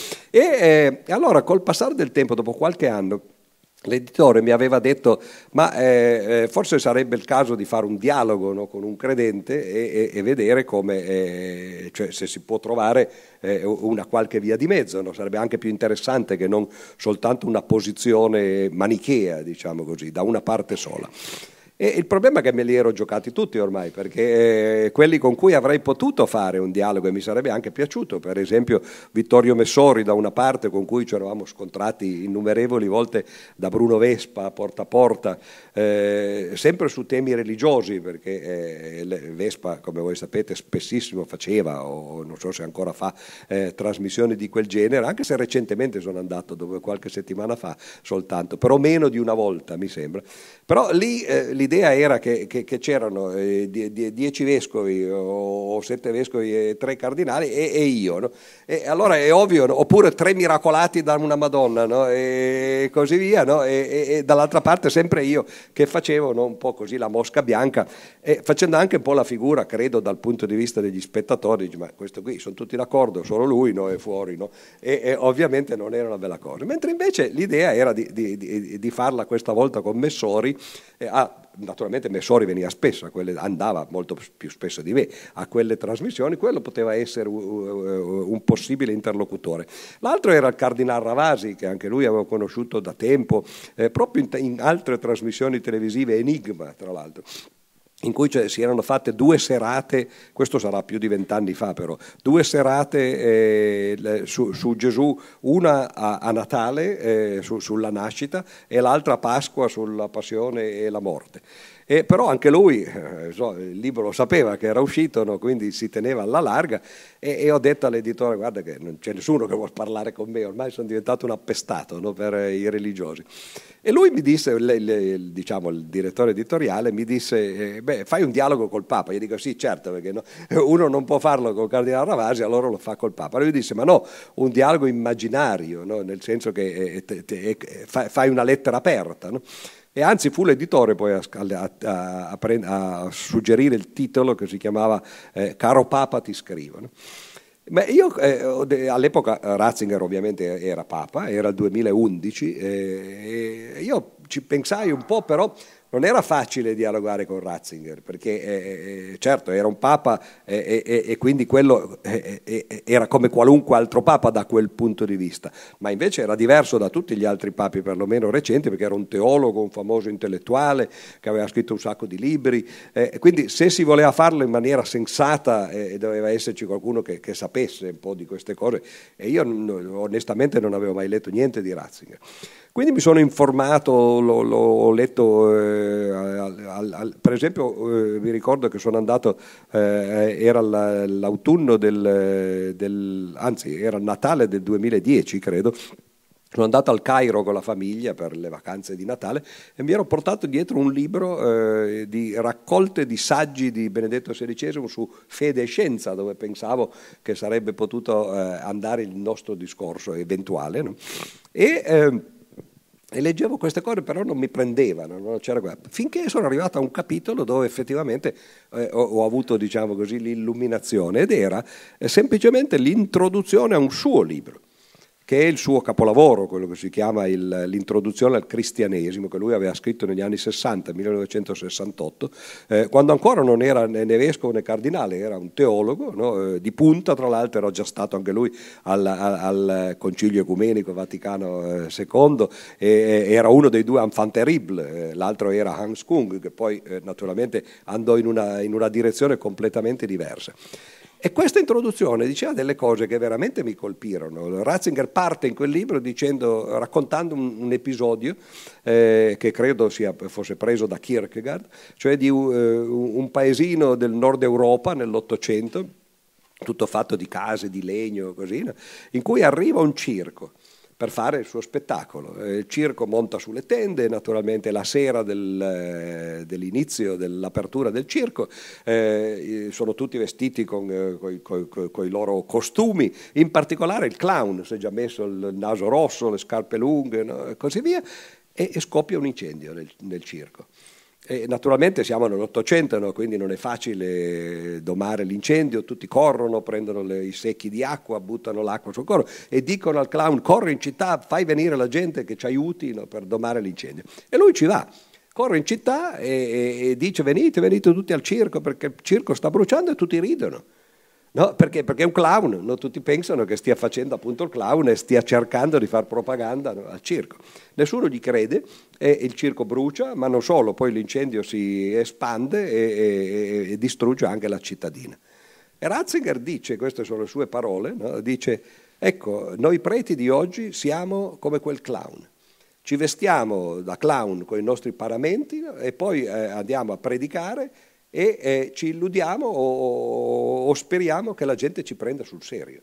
E eh, allora col passare del tempo, dopo qualche anno, l'editore mi aveva detto, ma eh, forse sarebbe il caso di fare un dialogo, no, con un credente e, e, e vedere come, eh, cioè se si può trovare eh, una qualche via di mezzo, no? Sarebbe anche più interessante che non soltanto una posizione manichea, diciamo così, da una parte sola. E il problema è che me li ero giocati tutti ormai, perché eh, quelli con cui avrei potuto fare un dialogo e mi sarebbe anche piaciuto, per esempio Vittorio Messori da una parte, con cui ci eravamo scontrati innumerevoli volte da Bruno Vespa, porta a porta, eh, sempre su temi religiosi, perché eh, Vespa, come voi sapete, spessissimo faceva, o non so se ancora fa, eh, trasmissioni di quel genere, anche se recentemente sono andato, dove qualche settimana fa soltanto, però meno di una volta mi sembra. Però lì eh, l'idea era che, che, che c'erano eh, die, die, dieci vescovi o, o sette vescovi e tre cardinali e, e io, no? E allora è ovvio, no? Oppure tre miracolati da una Madonna, no? E così via, no? E, e, e dall'altra parte sempre io che facevo, no? Un po' così la mosca bianca, e facendo anche un po' la figura, credo, dal punto di vista degli spettatori, dice, ma questo qui sono tutti d'accordo, solo lui, no? È fuori, no? E, e ovviamente non era una bella cosa. Mentre invece l'idea era di, di, di, di farla questa volta con Messori. Eh, ah, naturalmente Messori veniva spesso a quelle, andava molto più spesso di me a quelle trasmissioni, quello poteva essere un, un possibile interlocutore. L'altro era il Cardinal Ravasi, che anche lui avevo conosciuto da tempo, eh, proprio in, in altre trasmissioni televisive, Enigma tra l'altro, in cui cioè, si erano fatte due serate, questo sarà più di vent'anni fa però, due serate eh, su, su Gesù, una a, a Natale eh, su, sulla nascita e l'altra a Pasqua sulla passione e la morte. E però anche lui, eh, so, il libro lo sapeva che era uscito, no? Quindi si teneva alla larga e, e ho detto all'editore, guarda che non c'è nessuno che vuole parlare con me, ormai sono diventato un appestato, no? Per eh, i religiosi. E lui mi disse, le, le, diciamo il direttore editoriale mi disse, eh, beh fai un dialogo col Papa. Io dico sì certo, perché no? Uno non può farlo col Cardinale Ravasi, allora lo fa col Papa. Lui disse ma no, un dialogo immaginario, no? Nel senso che eh, te, te, eh, fai una lettera aperta, no? E anzi fu l'editore poi a, a, a, a, a suggerire il titolo, che si chiamava eh, Caro Papa ti scrivo, no? Beh, io eh, all'epoca Ratzinger ovviamente era Papa, era il duemilaundici, eh, e io ci pensai un po', però non era facile dialogare con Ratzinger, perché eh, certo era un Papa eh, eh, e quindi quello eh, eh, era come qualunque altro Papa da quel punto di vista, ma invece era diverso da tutti gli altri Papi, perlomeno recenti, perché era un teologo, un famoso intellettuale che aveva scritto un sacco di libri, eh, quindi se si voleva farlo in maniera sensata eh, doveva esserci qualcuno che, che sapesse un po' di queste cose, e io n- onestamente non avevo mai letto niente di Ratzinger. Quindi mi sono informato, l'ho, l'ho letto, eh, al, al, al, per esempio eh, mi ricordo che sono andato, eh, era l'autunno del, del, anzi era il Natale del duemiladieci credo. Sono andato al Cairo con la famiglia per le vacanze di Natale e mi ero portato dietro un libro eh, di raccolte di saggi di Benedetto sedicesimo su fede e scienza, dove pensavo che sarebbe potuto eh, andare il nostro discorso eventuale, no? E, eh, e leggevo queste cose, però non mi prendevano, non c'era qua. Finché sono arrivato a un capitolo dove effettivamente eh, ho, ho avuto, diciamo così, l'illuminazione, ed era eh, semplicemente l'introduzione a un suo libro, che è il suo capolavoro, quello che si chiama il, l'introduzione al cristianesimo, che lui aveva scritto negli anni sessanta, millenovecentosessantotto, eh, quando ancora non era né vescovo né cardinale, era un teologo, no? eh, di punta, tra l'altro era già stato anche lui al, al, al Concilio Ecumenico Vaticano eh, secondo, e, e era uno dei due enfants terribles, eh, l'altro era Hans Kung, che poi eh, naturalmente andò in una, in una direzione completamente diversa. E questa introduzione diceva delle cose che veramente mi colpirono. Ratzinger parte in quel libro dicendo, raccontando un, un episodio eh, che credo sia, fosse preso da Kierkegaard, cioè di uh, un paesino del nord Europa nell'Ottocento, tutto fatto di case di legno, così, no? In cui arriva un circo per fare il suo spettacolo. Il circo monta sulle tende, naturalmente la sera del, dell'inizio dell'apertura del circo, eh, sono tutti vestiti con eh, i loro costumi, in particolare il clown si è già messo il naso rosso, le scarpe lunghe, no? E così via, e, e scoppia un incendio nel, nel circo. E naturalmente siamo nell'Ottocento, no? Quindi non è facile domare l'incendio, tutti corrono, prendono le, i secchi di acqua, buttano l'acqua sul corpo e dicono al clown: corri in città, fai venire la gente che ci aiuti, no? Per domare l'incendio. E lui ci va, corre in città e, e, e dice: venite, venite tutti al circo perché il circo sta bruciando, e tutti ridono. No, perché? Perché è un clown, no? Tutti pensano che stia facendo appunto il clown e stia cercando di far propaganda, no? Al circo. Nessuno gli crede e il circo brucia, ma non solo, poi l'incendio si espande e, e, e distrugge anche la cittadina. E Ratzinger dice, queste sono le sue parole, no? Dice: ecco, noi preti di oggi siamo come quel clown. Ci vestiamo da clown con i nostri paramenti, no? E poi eh, andiamo a predicare e eh, ci illudiamo o, o speriamo che la gente ci prenda sul serio.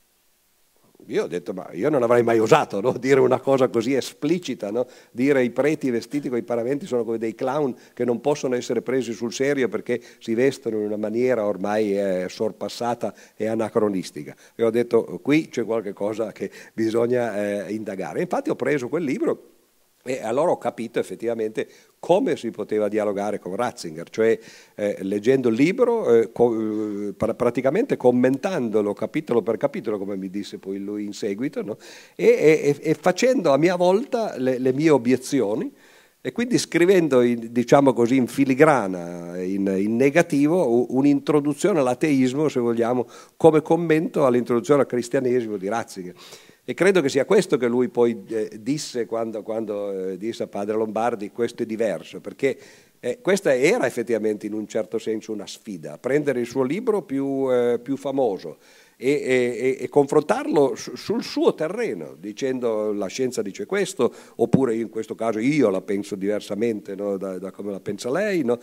Io ho detto, ma io non avrei mai osato, no? Dire una cosa così esplicita, no? Dire i preti vestiti con i paramenti sono come dei clown che non possono essere presi sul serio perché si vestono in una maniera ormai eh, sorpassata e anacronistica. E ho detto, qui c'è qualche cosa che bisogna eh, indagare. Infatti ho preso quel libro e allora ho capito effettivamente come si poteva dialogare con Ratzinger, cioè eh, leggendo il libro, eh, co- pra- praticamente commentandolo capitolo per capitolo, come mi disse poi lui in seguito, no? e, e, e facendo a mia volta le, le mie obiezioni, e quindi scrivendo, in, diciamo così, in filigrana, in, in negativo, un'introduzione all'ateismo, se vogliamo, come commento all'introduzione al cristianesimo di Ratzinger. E credo che sia questo che lui poi eh, disse quando, quando eh, disse a Padre Lombardi: questo è diverso, perché eh, questa era effettivamente in un certo senso una sfida, prendere il suo libro più, eh, più famoso e, e, e confrontarlo su, sul suo terreno, dicendo la scienza dice questo, oppure in questo caso io la penso diversamente, no? da, da come la pensa lei, no?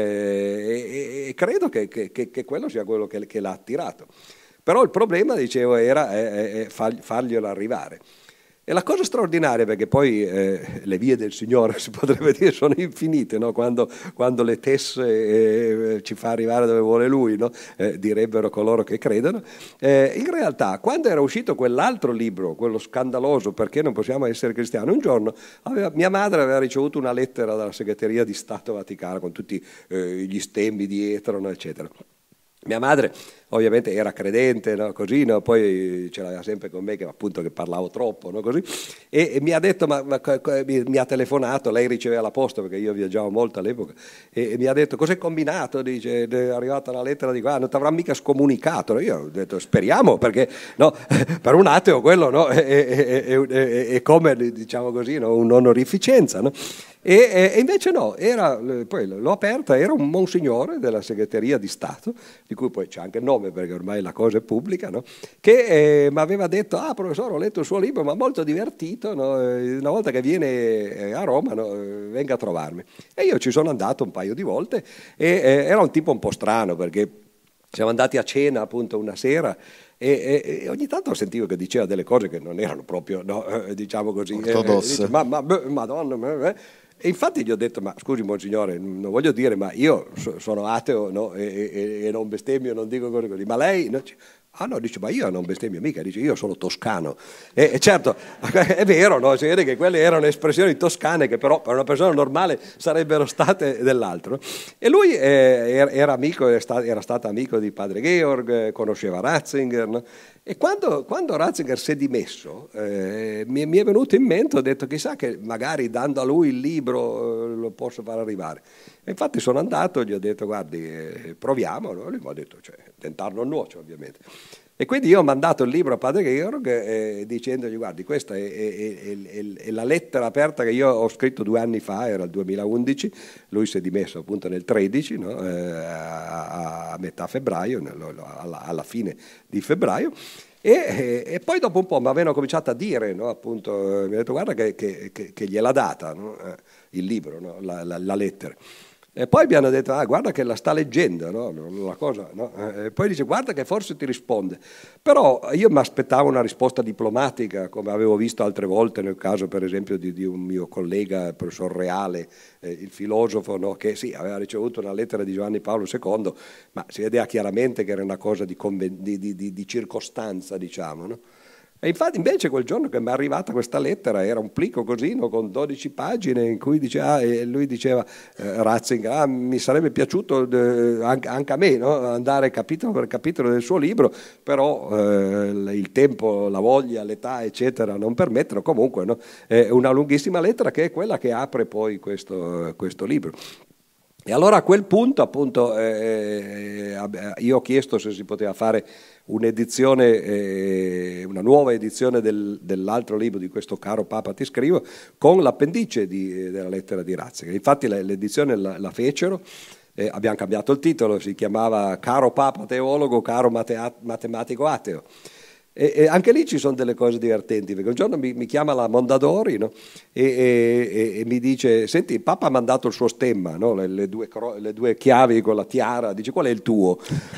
eh, e, e credo che, che, che quello sia quello che, che l'ha attirato. Però il problema, dicevo, era eh, eh, farglielo arrivare. E la cosa straordinaria, perché poi eh, le vie del Signore, si potrebbe dire, sono infinite, no? quando, quando le tesse eh, ci fa arrivare dove vuole Lui, no? eh, direbbero coloro che credono. Eh, in realtà, quando era uscito quell'altro libro, quello scandaloso, Perché non possiamo essere cristiani, un giorno aveva, mia madre aveva ricevuto una lettera dalla Segreteria di Stato Vaticano con tutti eh, gli stemmi dietro, no? eccetera. Mia madre ovviamente era credente, no? Così, no? Poi ce l'aveva sempre con me, che appunto che parlavo troppo, no? Così. E, e mi ha detto, ma, ma mi, mi ha telefonato, lei riceveva la posta perché io viaggiavo molto all'epoca, e, e mi ha detto: cos'è combinato? Dice, è arrivata la lettera di qua, non ti avrà mica scomunicato. Io ho detto: speriamo, perché no? Per un ateo quello, no? è, è, è, è, è come, diciamo così, no? Un'onorificenza, no? E, e invece no, era, poi l'ho aperta, era un monsignore della Segreteria di Stato, di cui poi c'è anche il nome perché ormai la cosa è pubblica, no? Che eh, mi aveva detto: ah professore, ho letto il suo libro, ma molto divertito, no? Una volta che viene a Roma, no? Venga a trovarmi. E io ci sono andato un paio di volte e eh, era un tipo un po' strano perché siamo andati a cena appunto una sera e, e, e ogni tanto sentivo che diceva delle cose che non erano proprio, no, eh, diciamo così, ortodosse. Eh, ma, ma, madonna, ma, eh. E infatti gli ho detto: ma scusi monsignore, non voglio dire, ma io so, sono ateo, no, e, e, e non bestemmio, non dico cose così, ma lei... No? Ah no, dice, ma io non bestemmio mica, dice, io sono toscano. E, e certo, è vero, no? Si vede che quelle erano espressioni toscane che però per una persona normale sarebbero state dell'altro. E lui eh, era amico, era stato amico di padre Georg, conosceva Ratzinger, no? E quando, quando Ratzinger si è dimesso, eh, mi, mi è venuto in mente, ho detto, chissà che magari dando a lui il libro eh, lo posso far arrivare. E infatti sono andato, gli ho detto, guardi, eh, proviamo, no? Lui mi ha detto, cioè, tentar non nuoce ovviamente. E quindi io ho mandato il libro a padre Georg eh, dicendogli, guardi, questa è, è, è, è, è la lettera aperta che io ho scritto due anni fa, era il duemilaundici, lui si è dimesso appunto nel tredici, no? eh, a, a metà febbraio, alla, alla fine di febbraio, e, e, e poi dopo un po' mi avevano cominciato a dire, no? Appunto, mi ha detto guarda che, che, che, che gliel'ha data, no? eh, il libro, no? la, la, la lettera. E poi mi hanno detto, ah, guarda che la sta leggendo, no? La cosa, no? E poi dice, guarda che forse ti risponde. Però io mi aspettavo una risposta diplomatica, come avevo visto altre volte nel caso per esempio di, di un mio collega, il professor Reale, eh, il filosofo, no? Che sì, aveva ricevuto una lettera di Giovanni Paolo secondo, ma si vedeva chiaramente che era una cosa di, conven- di, di, di, di circostanza, diciamo, no? E infatti invece quel giorno che mi è arrivata questa lettera era un plico così, no, con dodici pagine in cui diceva, ah, e lui diceva eh, Ratzinger, ah, mi sarebbe piaciuto eh, anche, anche a me, no, andare capitolo per capitolo del suo libro, però eh, il tempo, la voglia, l'età eccetera non permettono. Comunque, no, è una lunghissima lettera che è quella che apre poi questo, questo libro. E allora a quel punto appunto eh, io ho chiesto se si poteva fare un'edizione, eh, una nuova edizione del, dell'altro libro di questo Caro Papa ti scrivo, con l'appendice di, della lettera di Ratzinger. Infatti l'edizione la, la fecero, eh, abbiamo cambiato il titolo, si chiamava Caro Papa teologo, caro mate- matematico ateo. E, e anche lì ci sono delle cose divertenti, perché un giorno mi, mi chiama la Mondadori, no? e, e, e mi dice, senti, il Papa ha mandato il suo stemma, no? le, le, due, le due chiavi con la tiara, dice, qual è il tuo?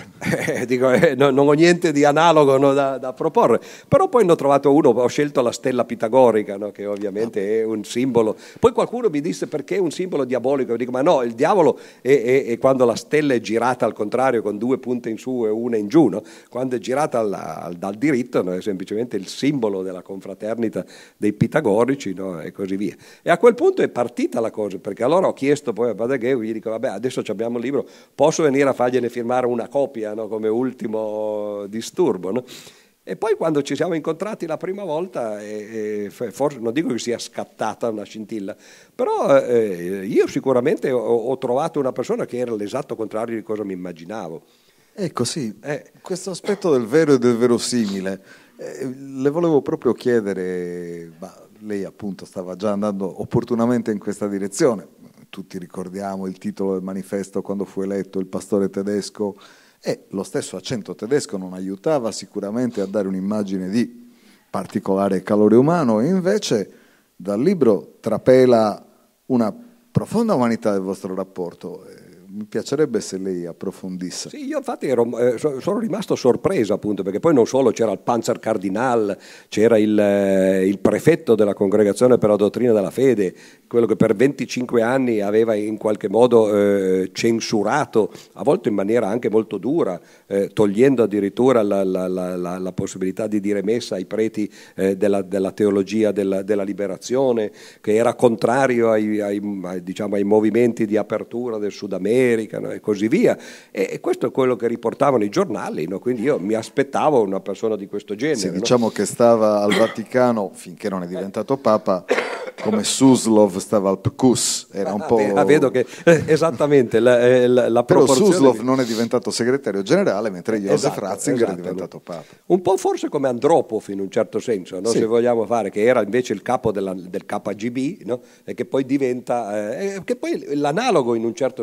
Dico, eh, no, non ho niente di analogo, no, da, da proporre, però poi ne ho trovato uno, ho scelto la stella pitagorica, no? Che ovviamente è un simbolo. Poi qualcuno mi disse perché è un simbolo diabolico, dico, ma no, il diavolo è, è, è quando la stella è girata al contrario con due punte in su e una in giù, no? Quando è girata al, al, dal diritto, no? È semplicemente il simbolo della confraternita dei pitagorici, no? E così via. E a quel punto è partita la cosa, perché allora ho chiesto poi a padre Georg, gli dico, vabbè, adesso abbiamo il libro, posso venire a fargliene firmare una copia, no? Come ultimo disturbo, no? E poi quando ci siamo incontrati la prima volta, eh, forse non dico che sia scattata una scintilla, però eh, io sicuramente ho, ho trovato una persona che era l'esatto contrario di cosa mi immaginavo. Ecco sì, eh, questo aspetto del vero e del verosimile, eh, le volevo proprio chiedere, ma lei appunto stava già andando opportunamente in questa direzione, tutti ricordiamo il titolo del manifesto quando fu eletto il pastore tedesco, e lo stesso accento tedesco non aiutava sicuramente a dare un'immagine di particolare calore umano, e invece dal libro trapela una profonda umanità del vostro rapporto. Mi piacerebbe se lei approfondisse. Sì, io infatti ero, eh, sono rimasto sorpreso appunto, perché poi non solo c'era il Panzerkardinal, c'era il, eh, il prefetto della Congregazione per la Dottrina della Fede, quello che per venticinque anni aveva in qualche modo eh, censurato, a volte in maniera anche molto dura, eh, togliendo addirittura la, la, la, la, la possibilità di dire messa ai preti eh, della, della teologia della, della liberazione, che era contrario ai, ai, ai, diciamo, ai movimenti di apertura del Sud America, No? E così via, e, e questo è quello che riportavano i giornali, no? Quindi io mi aspettavo una persona di questo genere. Sì, diciamo, no? Che stava al Vaticano finché non è diventato Papa, come Suslov stava al P C U S, era un ah, po'... Ah, vedo che eh, esattamente la, la, la però proporzione... Suslov non è diventato segretario generale, mentre Josef esatto, Ratzinger esatto, è diventato no? Papa. Un po' forse come Andropov in un certo senso, no? Sì. Se vogliamo fare, che era invece il capo della, del K G B, no? E che poi diventa... Eh, che poi l'analogo in un certo senso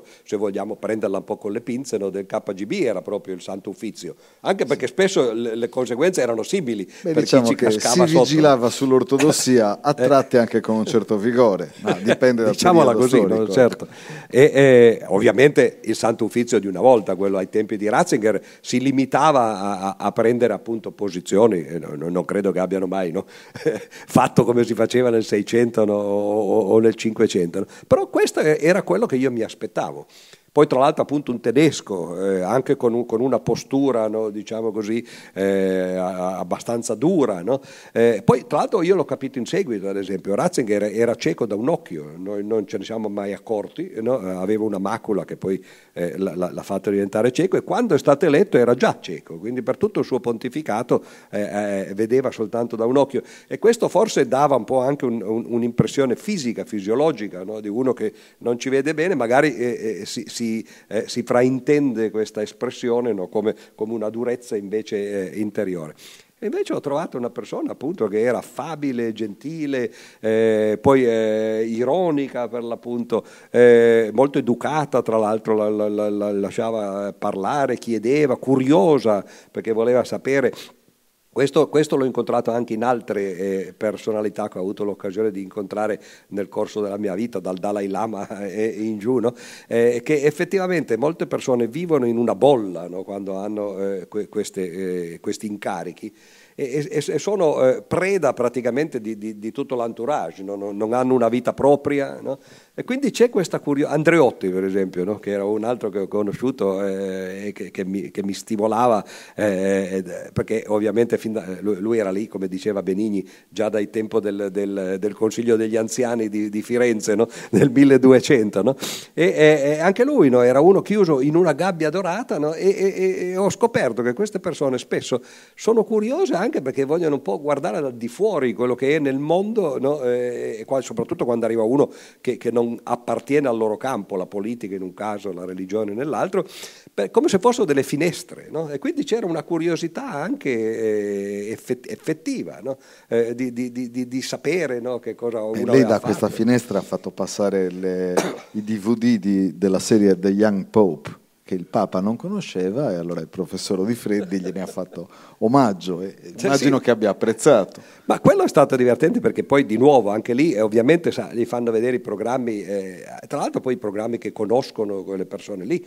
se vogliamo prenderla un po' con le pinze, no, del K G B era proprio il Santo Uffizio, anche perché spesso le, le conseguenze erano simili. Beh, per diciamo chi ci che cascava si sotto. vigilava sull'ortodossia a tratti anche con un certo vigore, ma dipende dal Diciamola periodo così, storico. no? Certo. E, e ovviamente il Santo Uffizio di una volta, quello ai tempi di Ratzinger, si limitava a, a prendere appunto posizioni, e no, non credo che abbiano mai, no? fatto come si faceva nel Seicento, no? o, o nel Cinquecento, no? Però questo era quello che io mi aspettavo. Poi tra l'altro appunto un tedesco, eh, anche con, un, con una postura, no, diciamo così, eh, abbastanza dura. No? Eh, poi tra l'altro io l'ho capito in seguito, ad esempio, Ratzinger era, era cieco da un occhio, noi non ce ne siamo mai accorti, no? Aveva una macula che poi eh, l'ha, l'ha fatto diventare cieco, e quando è stato eletto era già cieco, quindi per tutto il suo pontificato eh, eh, vedeva soltanto da un occhio, e questo forse dava un po' anche un, un, un'impressione fisica, fisiologica, no? Di uno che non ci vede bene, magari eh, eh, si, si, eh, si fraintende questa espressione, no? come, come una durezza invece eh, interiore. E invece ho trovato una persona appunto che era affabile, gentile, eh, poi eh, ironica per l'appunto, eh, molto educata, tra l'altro la, la, la, la lasciava parlare, chiedeva, curiosa, perché voleva sapere. Questo, questo l'ho incontrato anche in altre eh, personalità che ho avuto l'occasione di incontrare nel corso della mia vita, dal Dalai Lama e in giù, no? eh, che effettivamente molte persone vivono in una bolla, no? Quando hanno eh, que- queste, eh, questi incarichi, e, e, e sono eh, preda praticamente di, di, di tutto l'entourage, no? non, non hanno una vita propria, no? E quindi c'è questa curiosità. Andreotti per esempio, no? Che era un altro che ho conosciuto e eh, che, che, mi, che mi stimolava, eh, perché ovviamente fin da, lui, lui era lì, come diceva Benigni, già dal tempo del, del, del Consiglio degli Anziani di, di Firenze, no? Nel milleduecento, no? e, e, e anche lui, no? Era uno chiuso in una gabbia dorata, no? e, e, e ho scoperto che queste persone spesso sono curiose anche perché vogliono un po' guardare al di fuori quello che è nel mondo, no? E soprattutto quando arriva uno che, che non appartiene al loro campo, la politica in un caso, la religione nell'altro, per, come se fossero delle finestre, no? E quindi c'era una curiosità anche eh, effettiva, no? eh, di, di, di, di sapere, no? Che cosa uno aveva lei da fatto. questa finestra ha fatto passare le, i D V D di, della serie The Young Pope, che il Papa non conosceva, e allora il professor Di Freddi gliene ha fatto omaggio, e immagino sì. che abbia apprezzato. Ma quello è stato divertente, perché poi di nuovo anche lì eh, ovviamente sa, gli fanno vedere i programmi, eh, tra l'altro poi i programmi che conoscono quelle persone lì,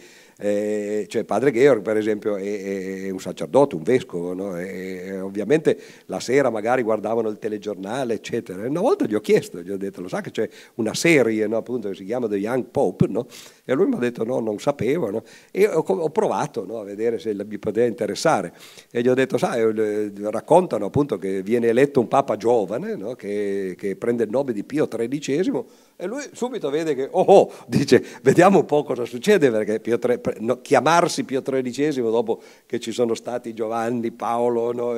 eh, cioè padre Georg per esempio è, è un sacerdote, un vescovo, no? E ovviamente la sera magari guardavano il telegiornale eccetera, e una volta gli ho chiesto, gli ho detto, lo sa che c'è una serie, no, appunto, che si chiama The Young Pope, no? E lui mi ha detto no, non sapevo, no? E ho, ho provato, no, a vedere se mi poteva interessare, e gli ho detto sai, raccontano appunto che viene eletto un papa giovane, no? che, che prende il nome di Pio tredicesimo, e lui subito vede che oh, oh dice vediamo un po' cosa succede, perché Pio tre, no, chiamarsi Pio tredicesimo dopo che ci sono stati Giovanni Paolo, no?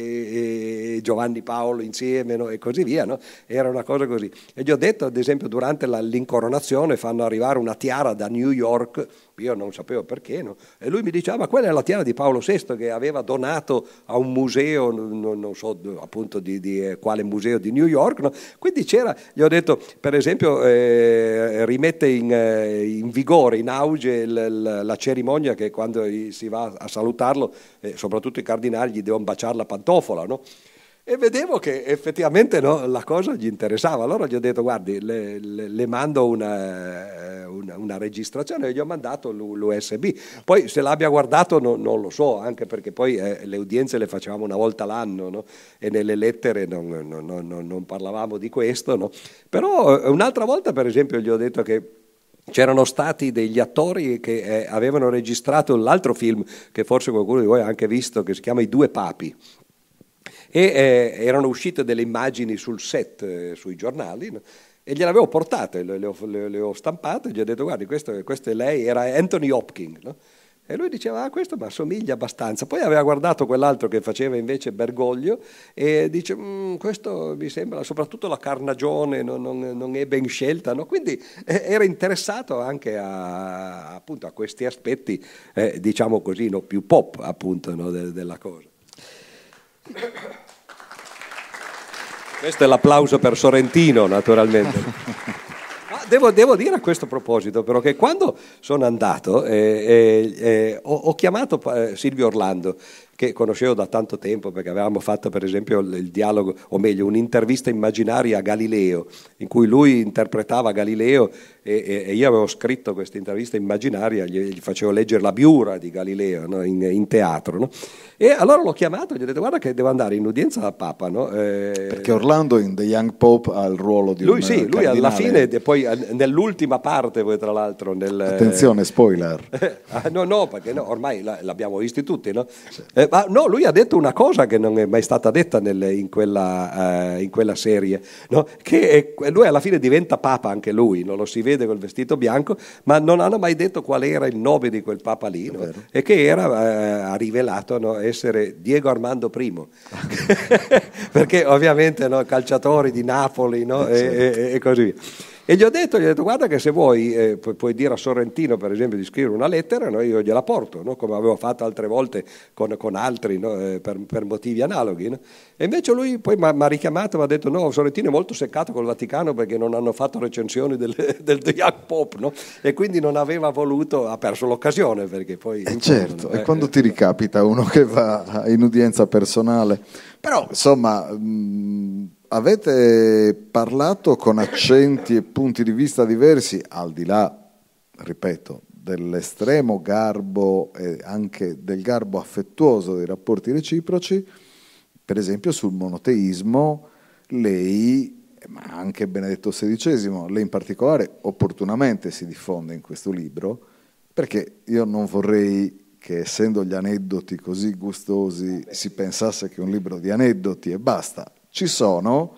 e, e Giovanni Paolo insieme, no? E così via, no? Era una cosa così. E gli ho detto ad esempio durante la, l'incoronazione fanno arrivare una tiara da New York, io non sapevo perché, no? E lui mi diceva ma quella è la tiara di Paolo sesto che aveva donato a un museo, non, non so appunto di, di eh, quale museo di New York, no? Quindi c'era, gli ho detto per esempio eh, rimette in, eh, in vigore, in auge l, l, la cerimonia che quando si va a salutarlo, eh, soprattutto i cardinali, gli devono baciare la pantofola, no? E vedevo che effettivamente, no, la cosa gli interessava. Allora gli ho detto guardi, le, le, le mando una, una, una registrazione, e gli ho mandato l'U S B. Poi se l'abbia guardato no, non lo so, anche perché poi eh, le udienze le facevamo una volta l'anno, no? E nelle lettere non, non, non, non parlavamo di questo, no? Però eh, un'altra volta per esempio gli ho detto che c'erano stati degli attori che eh, avevano registrato l'altro film che forse qualcuno di voi ha anche visto, che si chiama I due papi. E eh, erano uscite delle immagini sul set, eh, sui giornali, no? E gliele avevo portate, le, le, ho, le, le ho stampate, e gli ho detto guardi questo, questo è lei, era Anthony Hopkins, no? E lui diceva ah, questo mi assomiglia abbastanza. Poi aveva guardato quell'altro che faceva invece Bergoglio e dice questo mi sembra, soprattutto la carnagione non, non, non è ben scelta, no? Quindi eh, era interessato anche a, appunto, a questi aspetti eh, diciamo così, no? Più pop appunto, no? de, della cosa. Questo è l'applauso per Sorrentino, naturalmente. Ma devo, devo dire a questo proposito però che quando sono andato eh, eh, eh, ho, ho chiamato eh, Silvio Orlando, che conoscevo da tanto tempo perché avevamo fatto per esempio il, il dialogo, o meglio un'intervista immaginaria a Galileo, in cui lui interpretava Galileo e, e, e io avevo scritto questa intervista immaginaria, gli, gli facevo leggere la Biura di Galileo, no? in, in teatro, no? E allora l'ho chiamato e gli ho detto guarda che devo andare in udienza al Papa, no? eh, perché Orlando in The Young Pope ha il ruolo di lui un sì, lui cardinale. Alla fine, poi nell'ultima parte poi tra l'altro nel, attenzione spoiler no no perché no, ormai l'abbiamo visti tutti, no? Sì. Eh, ma no, lui ha detto una cosa che non è mai stata detta nel, in, quella, uh, in quella serie, no? Che è, lui alla fine diventa Papa anche lui, non lo si vede col vestito bianco, ma non hanno mai detto qual era il nome di quel Papa lì, no? E che era, uh, ha rivelato, no, essere Diego Armando I perché ovviamente, no, calciatori di Napoli, no? e, e, e così via. E gli ho detto, gli ho detto guarda che se vuoi eh, pu- puoi dire a Sorrentino per esempio di scrivere una lettera, no? Io gliela porto, no? Come avevo fatto altre volte con, con altri, no? eh, per, per motivi analoghi, no? E invece lui poi mi ha richiamato e mi ha detto no, Sorrentino è molto seccato col Vaticano perché non hanno fatto recensioni del, del The Young Pope, no? E quindi non aveva voluto, ha perso l'occasione perché poi... Eh certo, eh, e quando ti ricapita uno che va in udienza personale, però insomma... Mh, avete parlato con accenti e punti di vista diversi, al di là, ripeto, dell'estremo garbo e anche del garbo affettuoso dei rapporti reciproci, per esempio sul monoteismo, lei, ma anche Benedetto sedicesimo, lei in particolare opportunamente si diffonde in questo libro, perché io non vorrei che essendo gli aneddoti così gustosi si pensasse che è un libro di aneddoti e basta. Ci sono,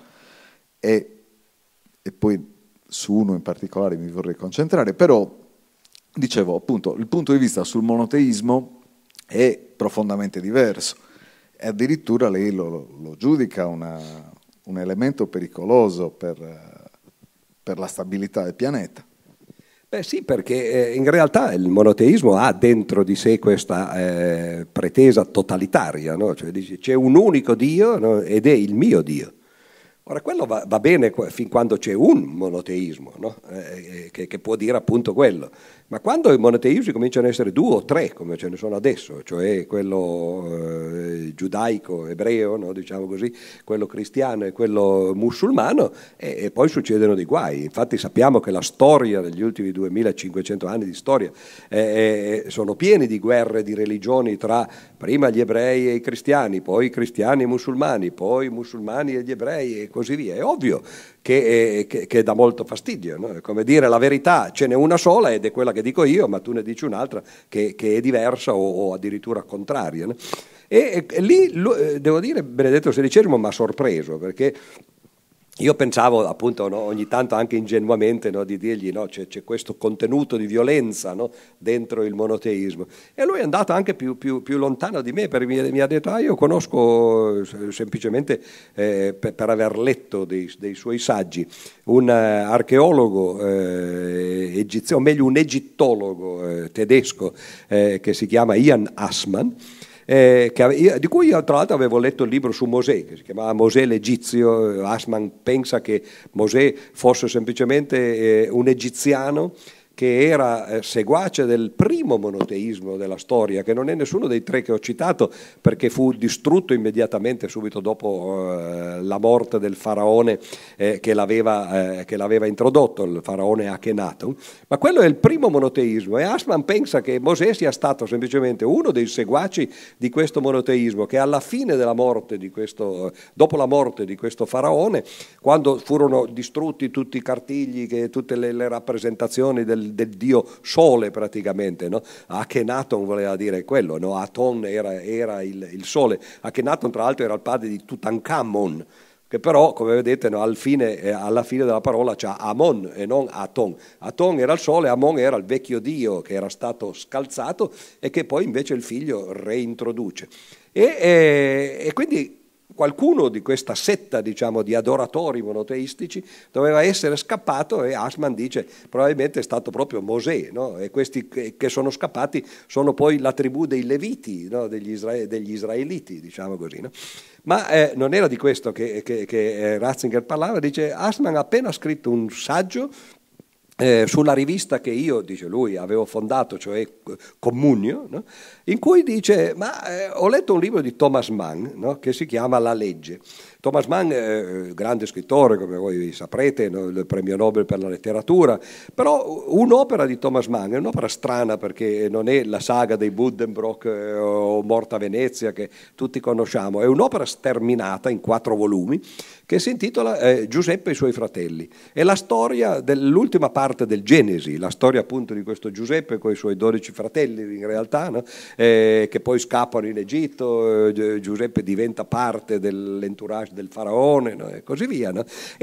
e, e poi su uno in particolare mi vorrei concentrare, però dicevo appunto il punto di vista sul monoteismo è profondamente diverso e addirittura lei lo, lo giudica una, un elemento pericoloso per, per la stabilità del pianeta. Beh sì, perché eh, in realtà il monoteismo ha dentro di sé questa eh, pretesa totalitaria, no? Cioè dice, c'è un unico Dio, no? Ed è il mio Dio. Ora quello va, va bene fin quando c'è un monoteismo, no? eh, che, che può dire appunto quello, ma quando i monoteismi cominciano ad essere due o tre come ce ne sono adesso, cioè quello eh, giudaico, ebreo, no? Diciamo così, quello cristiano e quello musulmano, e, e poi succedono dei guai. Infatti sappiamo che la storia degli ultimi duemilacinquecento anni di storia eh, eh, sono pieni di guerre di religioni tra prima gli ebrei e i cristiani, poi i cristiani e i musulmani, poi i musulmani e gli ebrei e così via. È ovvio che, che, che dà molto fastidio, no? È come dire la verità, ce n'è una sola ed è quella che dico io, ma tu ne dici un'altra che, che è diversa o, o addirittura contraria, no? E, e lì devo dire Benedetto sedicesimo mi ha sorpreso, perché io pensavo appunto, no, ogni tanto anche ingenuamente, no, di dirgli no, c'è, c'è questo contenuto di violenza, no, dentro il monoteismo, e lui è andato anche più, più, più lontano di me, perché mi, mi ha detto ah, io conosco semplicemente eh, per, per aver letto dei, dei suoi saggi un uh, archeologo eh, egiziano, o meglio un egittologo eh, tedesco eh, che si chiama Ian Assmann, Eh, che, di cui io tra l'altro avevo letto il libro su Mosè, che si chiamava Mosè l'Egizio. Assmann pensa che Mosè fosse semplicemente eh, un egiziano che era eh, seguace del primo monoteismo della storia, che non è nessuno dei tre che ho citato, perché fu distrutto immediatamente subito dopo eh, la morte del faraone eh, che, l'aveva, eh, che l'aveva introdotto, il faraone Akhenaton. Ma quello è il primo monoteismo, e Assmann pensa che Mosè sia stato semplicemente uno dei seguaci di questo monoteismo, che alla fine della morte di questo, dopo la morte di questo faraone, quando furono distrutti tutti i cartigli, che, tutte le, le rappresentazioni del del dio sole praticamente, no? Akhenaton voleva dire quello, no? Aton era, era il, il sole. Akhenaton tra l'altro era il padre di Tutankhamon, che però come vedete, no, al fine, eh, alla fine della parola c'ha Amon e non Aton. Aton era il sole, Amon era il vecchio dio che era stato scalzato e che poi invece il figlio reintroduce. E, e, e quindi qualcuno di questa setta, diciamo, di adoratori monoteistici doveva essere scappato, e Assmann dice probabilmente è stato proprio Mosè, no? E questi che sono scappati sono poi la tribù dei Leviti, no? degli, isra- degli israeliti, diciamo così, no? Ma eh, non era di questo che, che, che Ratzinger parlava. Dice Assmann ha appena scritto un saggio Eh, sulla rivista che io, dice lui, avevo fondato, cioè Comunio, no? In cui dice, ma eh, ho letto un libro di Thomas Mann, no? Che si chiama La legge. Thomas Mann, eh, grande scrittore, come voi saprete, no? Il premio Nobel per la letteratura, però un'opera di Thomas Mann è un'opera strana perché non è la saga dei Buddenbrook eh, o Morta a Venezia che tutti conosciamo, è un'opera sterminata in quattro volumi che si intitola eh, Giuseppe e i suoi fratelli. È la storia dell'ultima parte del Genesi, la storia appunto di questo Giuseppe con i suoi dodici fratelli in realtà, no? eh, che poi scappano in Egitto, eh, Giuseppe diventa parte dell'entourage del faraone, no? E così via. No? E,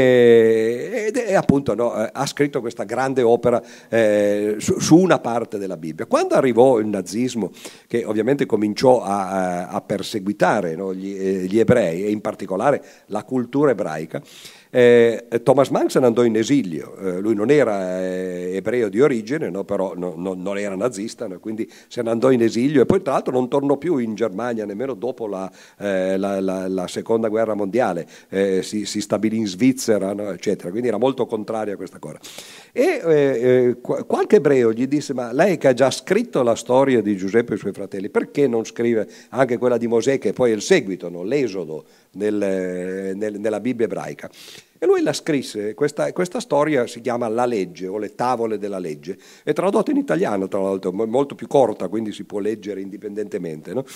eh, ed è appunto no, ha scritto questa grande opera eh, su, su una parte della Bibbia. Quando arrivò il nazismo, che ovviamente cominciò a, a perseguitare no, gli, gli ebrei e in particolare la cultura ebraica, Eh, Thomas Mann se ne andò in esilio, eh, lui non era eh, ebreo di origine, no, però no, no, non era nazista, no, quindi se ne andò in esilio e poi tra l'altro non tornò più in Germania nemmeno dopo la, eh, la, la, la seconda guerra mondiale, eh, si, si stabilì in Svizzera, no, eccetera, quindi era molto contrario a questa cosa. E eh, qualche ebreo gli disse, ma lei che ha già scritto la storia di Giuseppe e i suoi fratelli, perché non scrive anche quella di Mosè, che poi è il seguito, no, l'Esodo nel, nel, nella Bibbia ebraica? E lui la scrisse, questa, questa storia si chiama La legge o le tavole della legge, è tradotta in italiano tra l'altro, molto più corta, quindi si può leggere indipendentemente. No?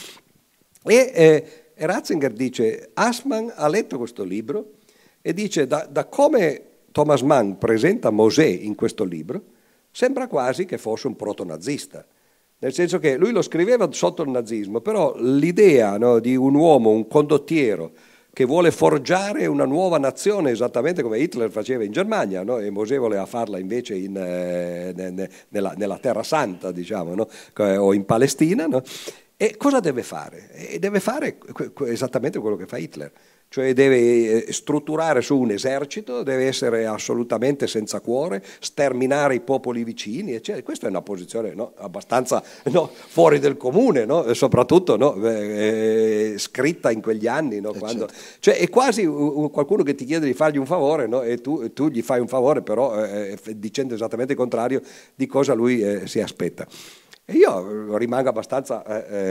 E eh, Ratzinger dice, Assmann ha letto questo libro e dice, da, da come Thomas Mann presenta Mosè in questo libro, sembra quasi che fosse un proto-nazista. Nel senso che lui lo scriveva sotto il nazismo, però l'idea no, di un uomo, un condottiero, che vuole forgiare una nuova nazione esattamente come Hitler faceva in Germania, no? E Mosè voleva farla invece in, eh, ne, nella, nella Terra Santa, diciamo, no? O in Palestina, no? E cosa deve fare? E deve fare esattamente quello che fa Hitler, cioè deve strutturare su un esercito, deve essere assolutamente senza cuore, sterminare i popoli vicini, eccetera. Questa è una posizione no, abbastanza no, fuori del comune, no? E soprattutto no, eh, scritta in quegli anni. No, quando, cioè è quasi uh, qualcuno che ti chiede di fargli un favore no, e tu, tu gli fai un favore, però eh, dicendo esattamente il contrario di cosa lui eh, si aspetta. E io rimango abbastanza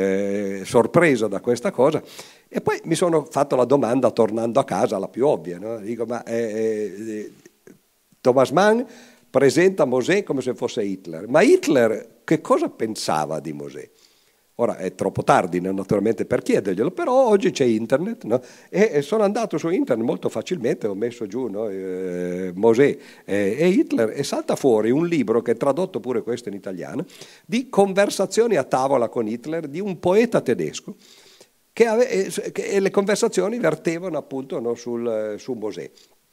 eh, sorpreso da questa cosa e poi mi sono fatto la domanda tornando a casa, la più ovvia, no? Dico, ma eh, eh, Thomas Mann presenta Mosè come se fosse Hitler, ma Hitler che cosa pensava di Mosè? Ora è troppo tardi naturalmente per chiederglielo, però oggi c'è internet, no? e, e sono andato su internet molto facilmente, ho messo giù no? eh, Mosè eh, e Hitler e salta fuori un libro che è tradotto pure questo in italiano, di conversazioni a tavola con Hitler di un poeta tedesco che, ave, che e le conversazioni vertevano appunto no, sul, su Mosè.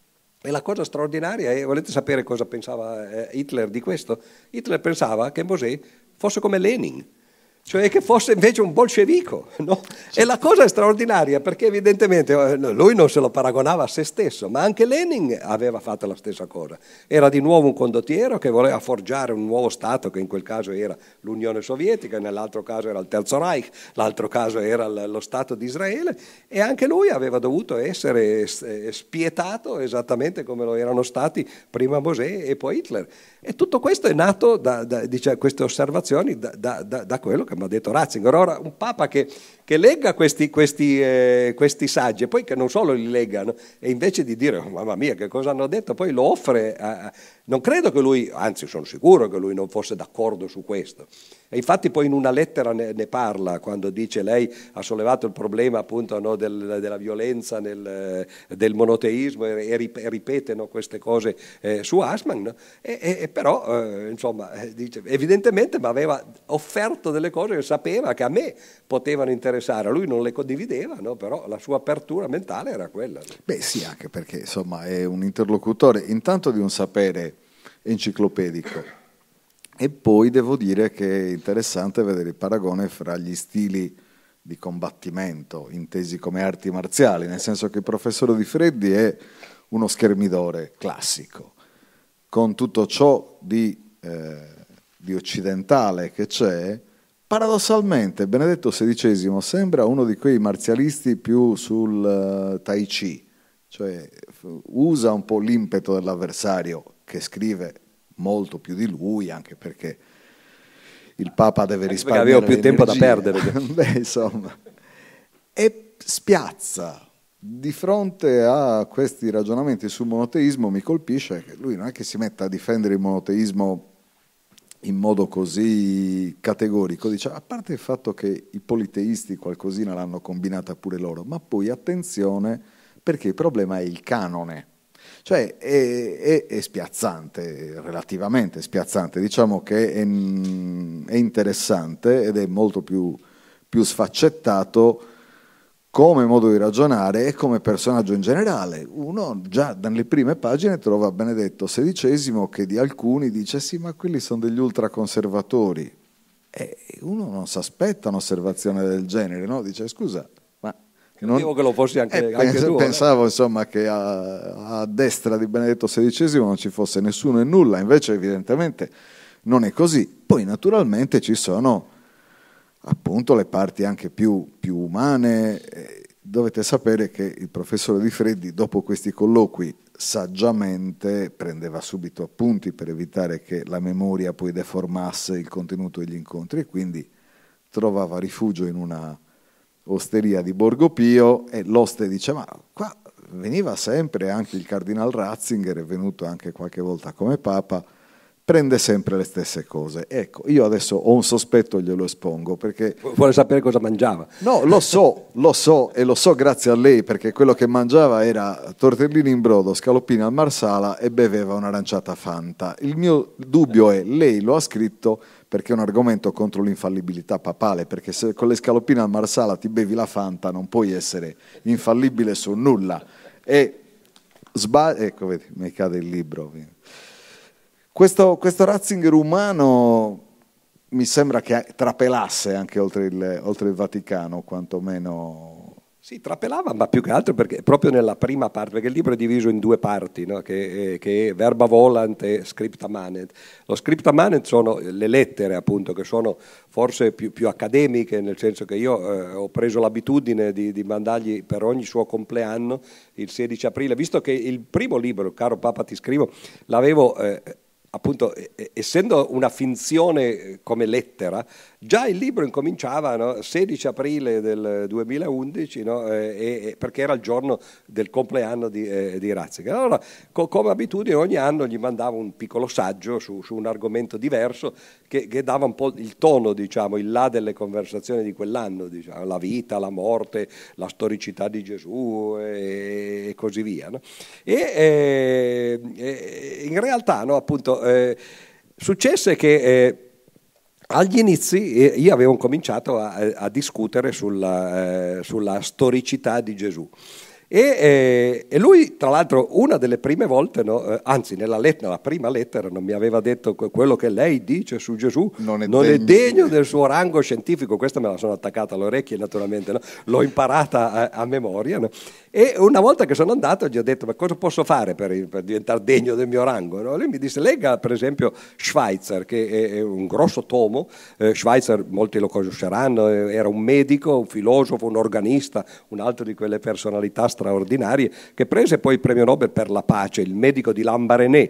E la cosa straordinaria è, volete sapere cosa pensava eh, Hitler di questo? Hitler pensava che Mosè fosse come Lenin, cioè che fosse invece un bolscevico, no? E la cosa è straordinaria perché evidentemente lui non se lo paragonava a se stesso, ma anche Lenin aveva fatto la stessa cosa. Era di nuovo un condottiero che voleva forgiare un nuovo Stato, che in quel caso era l'Unione Sovietica, nell'altro caso era il Terzo Reich, l'altro caso era lo Stato di Israele, e anche lui aveva dovuto essere spietato esattamente come lo erano stati prima Mosè e poi Hitler. E tutto questo è nato da, da diciamo, queste osservazioni da, da, da quello che mi ha detto Ratzinger. Ora un Papa che, che legga questi, questi, eh, questi saggi e poi che non solo li leggano e invece di dire oh, mamma mia che cosa hanno detto poi lo offre a, non credo che lui, anzi sono sicuro che lui non fosse d'accordo su questo. E infatti poi in una lettera ne, ne parla quando dice lei ha sollevato il problema appunto no, del, della violenza nel, del monoteismo e, e ripete no, queste cose eh, su Assmann no? e, e però eh, insomma dice, evidentemente mi aveva offerto delle cose che sapeva che a me potevano interessare, a lui non le condivideva no? Però la sua apertura mentale era quella. Beh sì, anche perché insomma è un interlocutore intanto di un sapere enciclopedico. E poi devo dire che è interessante vedere il paragone fra gli stili di combattimento intesi come arti marziali, nel senso che il professore Di Freddi è uno schermidore classico, con tutto ciò di, eh, di occidentale che c'è. Paradossalmente Benedetto sedicesimo sembra uno di quei marzialisti più sul uh, Tai Chi, cioè usa un po' l'impeto dell'avversario che scrive molto più di lui, anche perché il Papa deve anche risparmiare avevo più tempo da l'energia. perdere. Beh, insomma. E spiazza di fronte a questi ragionamenti sul monoteismo. Mi colpisce che lui non è che si metta a difendere il monoteismo in modo così categorico, dice, a parte il fatto che i politeisti qualcosina l'hanno combinata pure loro, ma poi attenzione, perché il problema è il canone, cioè è, è, è spiazzante, relativamente spiazzante, diciamo che è, è interessante ed è molto più, più sfaccettato come modo di ragionare e come personaggio in generale. Uno già dalle prime pagine trova Benedetto sedicesimo che di alcuni dice sì, ma quelli sono degli ultraconservatori, e uno non si aspetta un'osservazione del genere, no? Dice scusa, ma non... Dico che lo fossi anche, eh, anche pens- tu. pensavo eh? insomma che a, a destra di Benedetto sedicesimo non ci fosse nessuno e nulla, invece evidentemente non è così. Poi naturalmente ci sono appunto le parti anche più, più umane. Eh, dovete sapere che il professore Di Freddi dopo questi colloqui saggiamente prendeva subito appunti per evitare che la memoria poi deformasse il contenuto degli incontri, e quindi trovava rifugio in una osteria di Borgo Pio, e l'oste dice ma qua veniva sempre anche il cardinal Ratzinger, è venuto anche qualche volta come Papa, prende sempre le stesse cose. Ecco, io adesso ho un sospetto, glielo espongo, perché... Vuole sapere cosa mangiava? No, lo so, lo so, e lo so grazie a lei, perché quello che mangiava era tortellini in brodo, scaloppini al marsala e beveva un'aranciata Fanta. Il mio dubbio è, lei lo ha scritto perché è un argomento contro l'infallibilità papale, perché se con le scaloppine al marsala ti bevi la Fanta non puoi essere infallibile su nulla. E sbaglio... Ecco, vedi, mi cade il libro. Questo, questo Ratzinger umano mi sembra che trapelasse anche oltre il, oltre il Vaticano, quantomeno. Sì, trapelava, ma più che altro perché proprio nella prima parte, perché il libro è diviso in due parti, no? che, che è Verba Volant e Scripta Manet. Lo Scripta Manet sono le lettere, appunto, che sono forse più, più accademiche, nel senso che io eh, ho preso l'abitudine di, di mandargli per ogni suo compleanno il sedici aprile, visto che il primo libro, Caro Papa ti scrivo, l'avevo... Eh, appunto, essendo una finzione come lettera, già il libro incominciava, no? sedici aprile del duemilaundici, no? e, e, perché era il giorno del compleanno di, eh, di Ratzinger. Allora, co- come abitudine, ogni anno gli mandavo un piccolo saggio su, su un argomento diverso che, che dava un po' il tono, diciamo, il là delle conversazioni di quell'anno, diciamo, la vita, la morte, la storicità di Gesù e, e così via. No? E, eh, e in realtà, no, appunto, Eh, successe che eh, agli inizi eh, io avevo cominciato a, a discutere sulla, eh, sulla storicità di Gesù. E, eh, e lui, tra l'altro, una delle prime volte, no, eh, anzi nella, let- nella prima lettera non mi aveva detto que- quello che lei dice su Gesù non è, non degno. è degno del suo rango scientifico. Questa me la sono attaccata alle orecchie, naturalmente, no? L'ho imparata a, a memoria, no? E una volta che sono andato gli ho detto ma cosa posso fare per, per diventare degno del mio rango, no? Lui mi disse legga per esempio Schweitzer, che è, è un grosso tomo. eh, Schweitzer molti lo conosceranno, era un medico, un filosofo, un organista, un altro di quelle personalità straordinarie, che prese poi il premio Nobel per la pace, il medico di Lambaréné,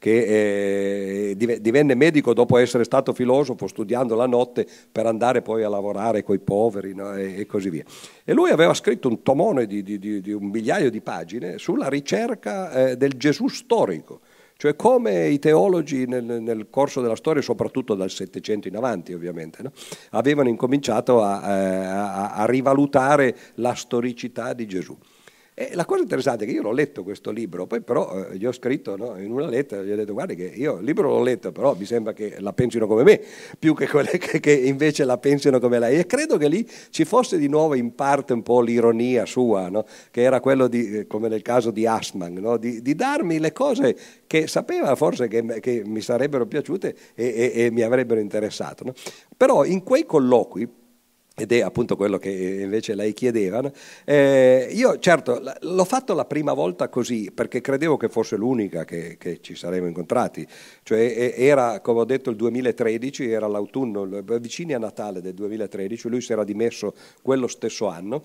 che eh, divenne medico dopo essere stato filosofo, studiando la notte per andare poi a lavorare coi poveri, no? e, e così via. E lui aveva scritto un tomone di, di, di, di un migliaio di pagine sulla ricerca eh, del Gesù storico, cioè come i teologi nel, nel corso della storia, soprattutto dal Settecento in avanti ovviamente, no? avevano incominciato a, a, a rivalutare la storicità di Gesù. E la cosa interessante è che io l'ho letto questo libro, poi però eh, gli ho scritto, no, in una lettera, gli ho detto guardi che io il libro l'ho letto, però mi sembra che la pensino come me, più che quelle che, che invece la pensino come lei. E credo che lì ci fosse di nuovo in parte un po' l'ironia sua, no? Che era quello di, come nel caso di Assmann, no? di, di darmi le cose che sapeva forse che, che mi sarebbero piaciute e, e, e mi avrebbero interessato. No? Però in quei colloqui ed è appunto quello che invece lei chiedeva, no? Eh, io certo l'ho fatto la prima volta così perché credevo che fosse l'unica che, che ci saremmo incontrati, cioè era, come ho detto, il duemilatredici, era l'autunno, vicini a Natale del duemilatredici, lui si era dimesso quello stesso anno,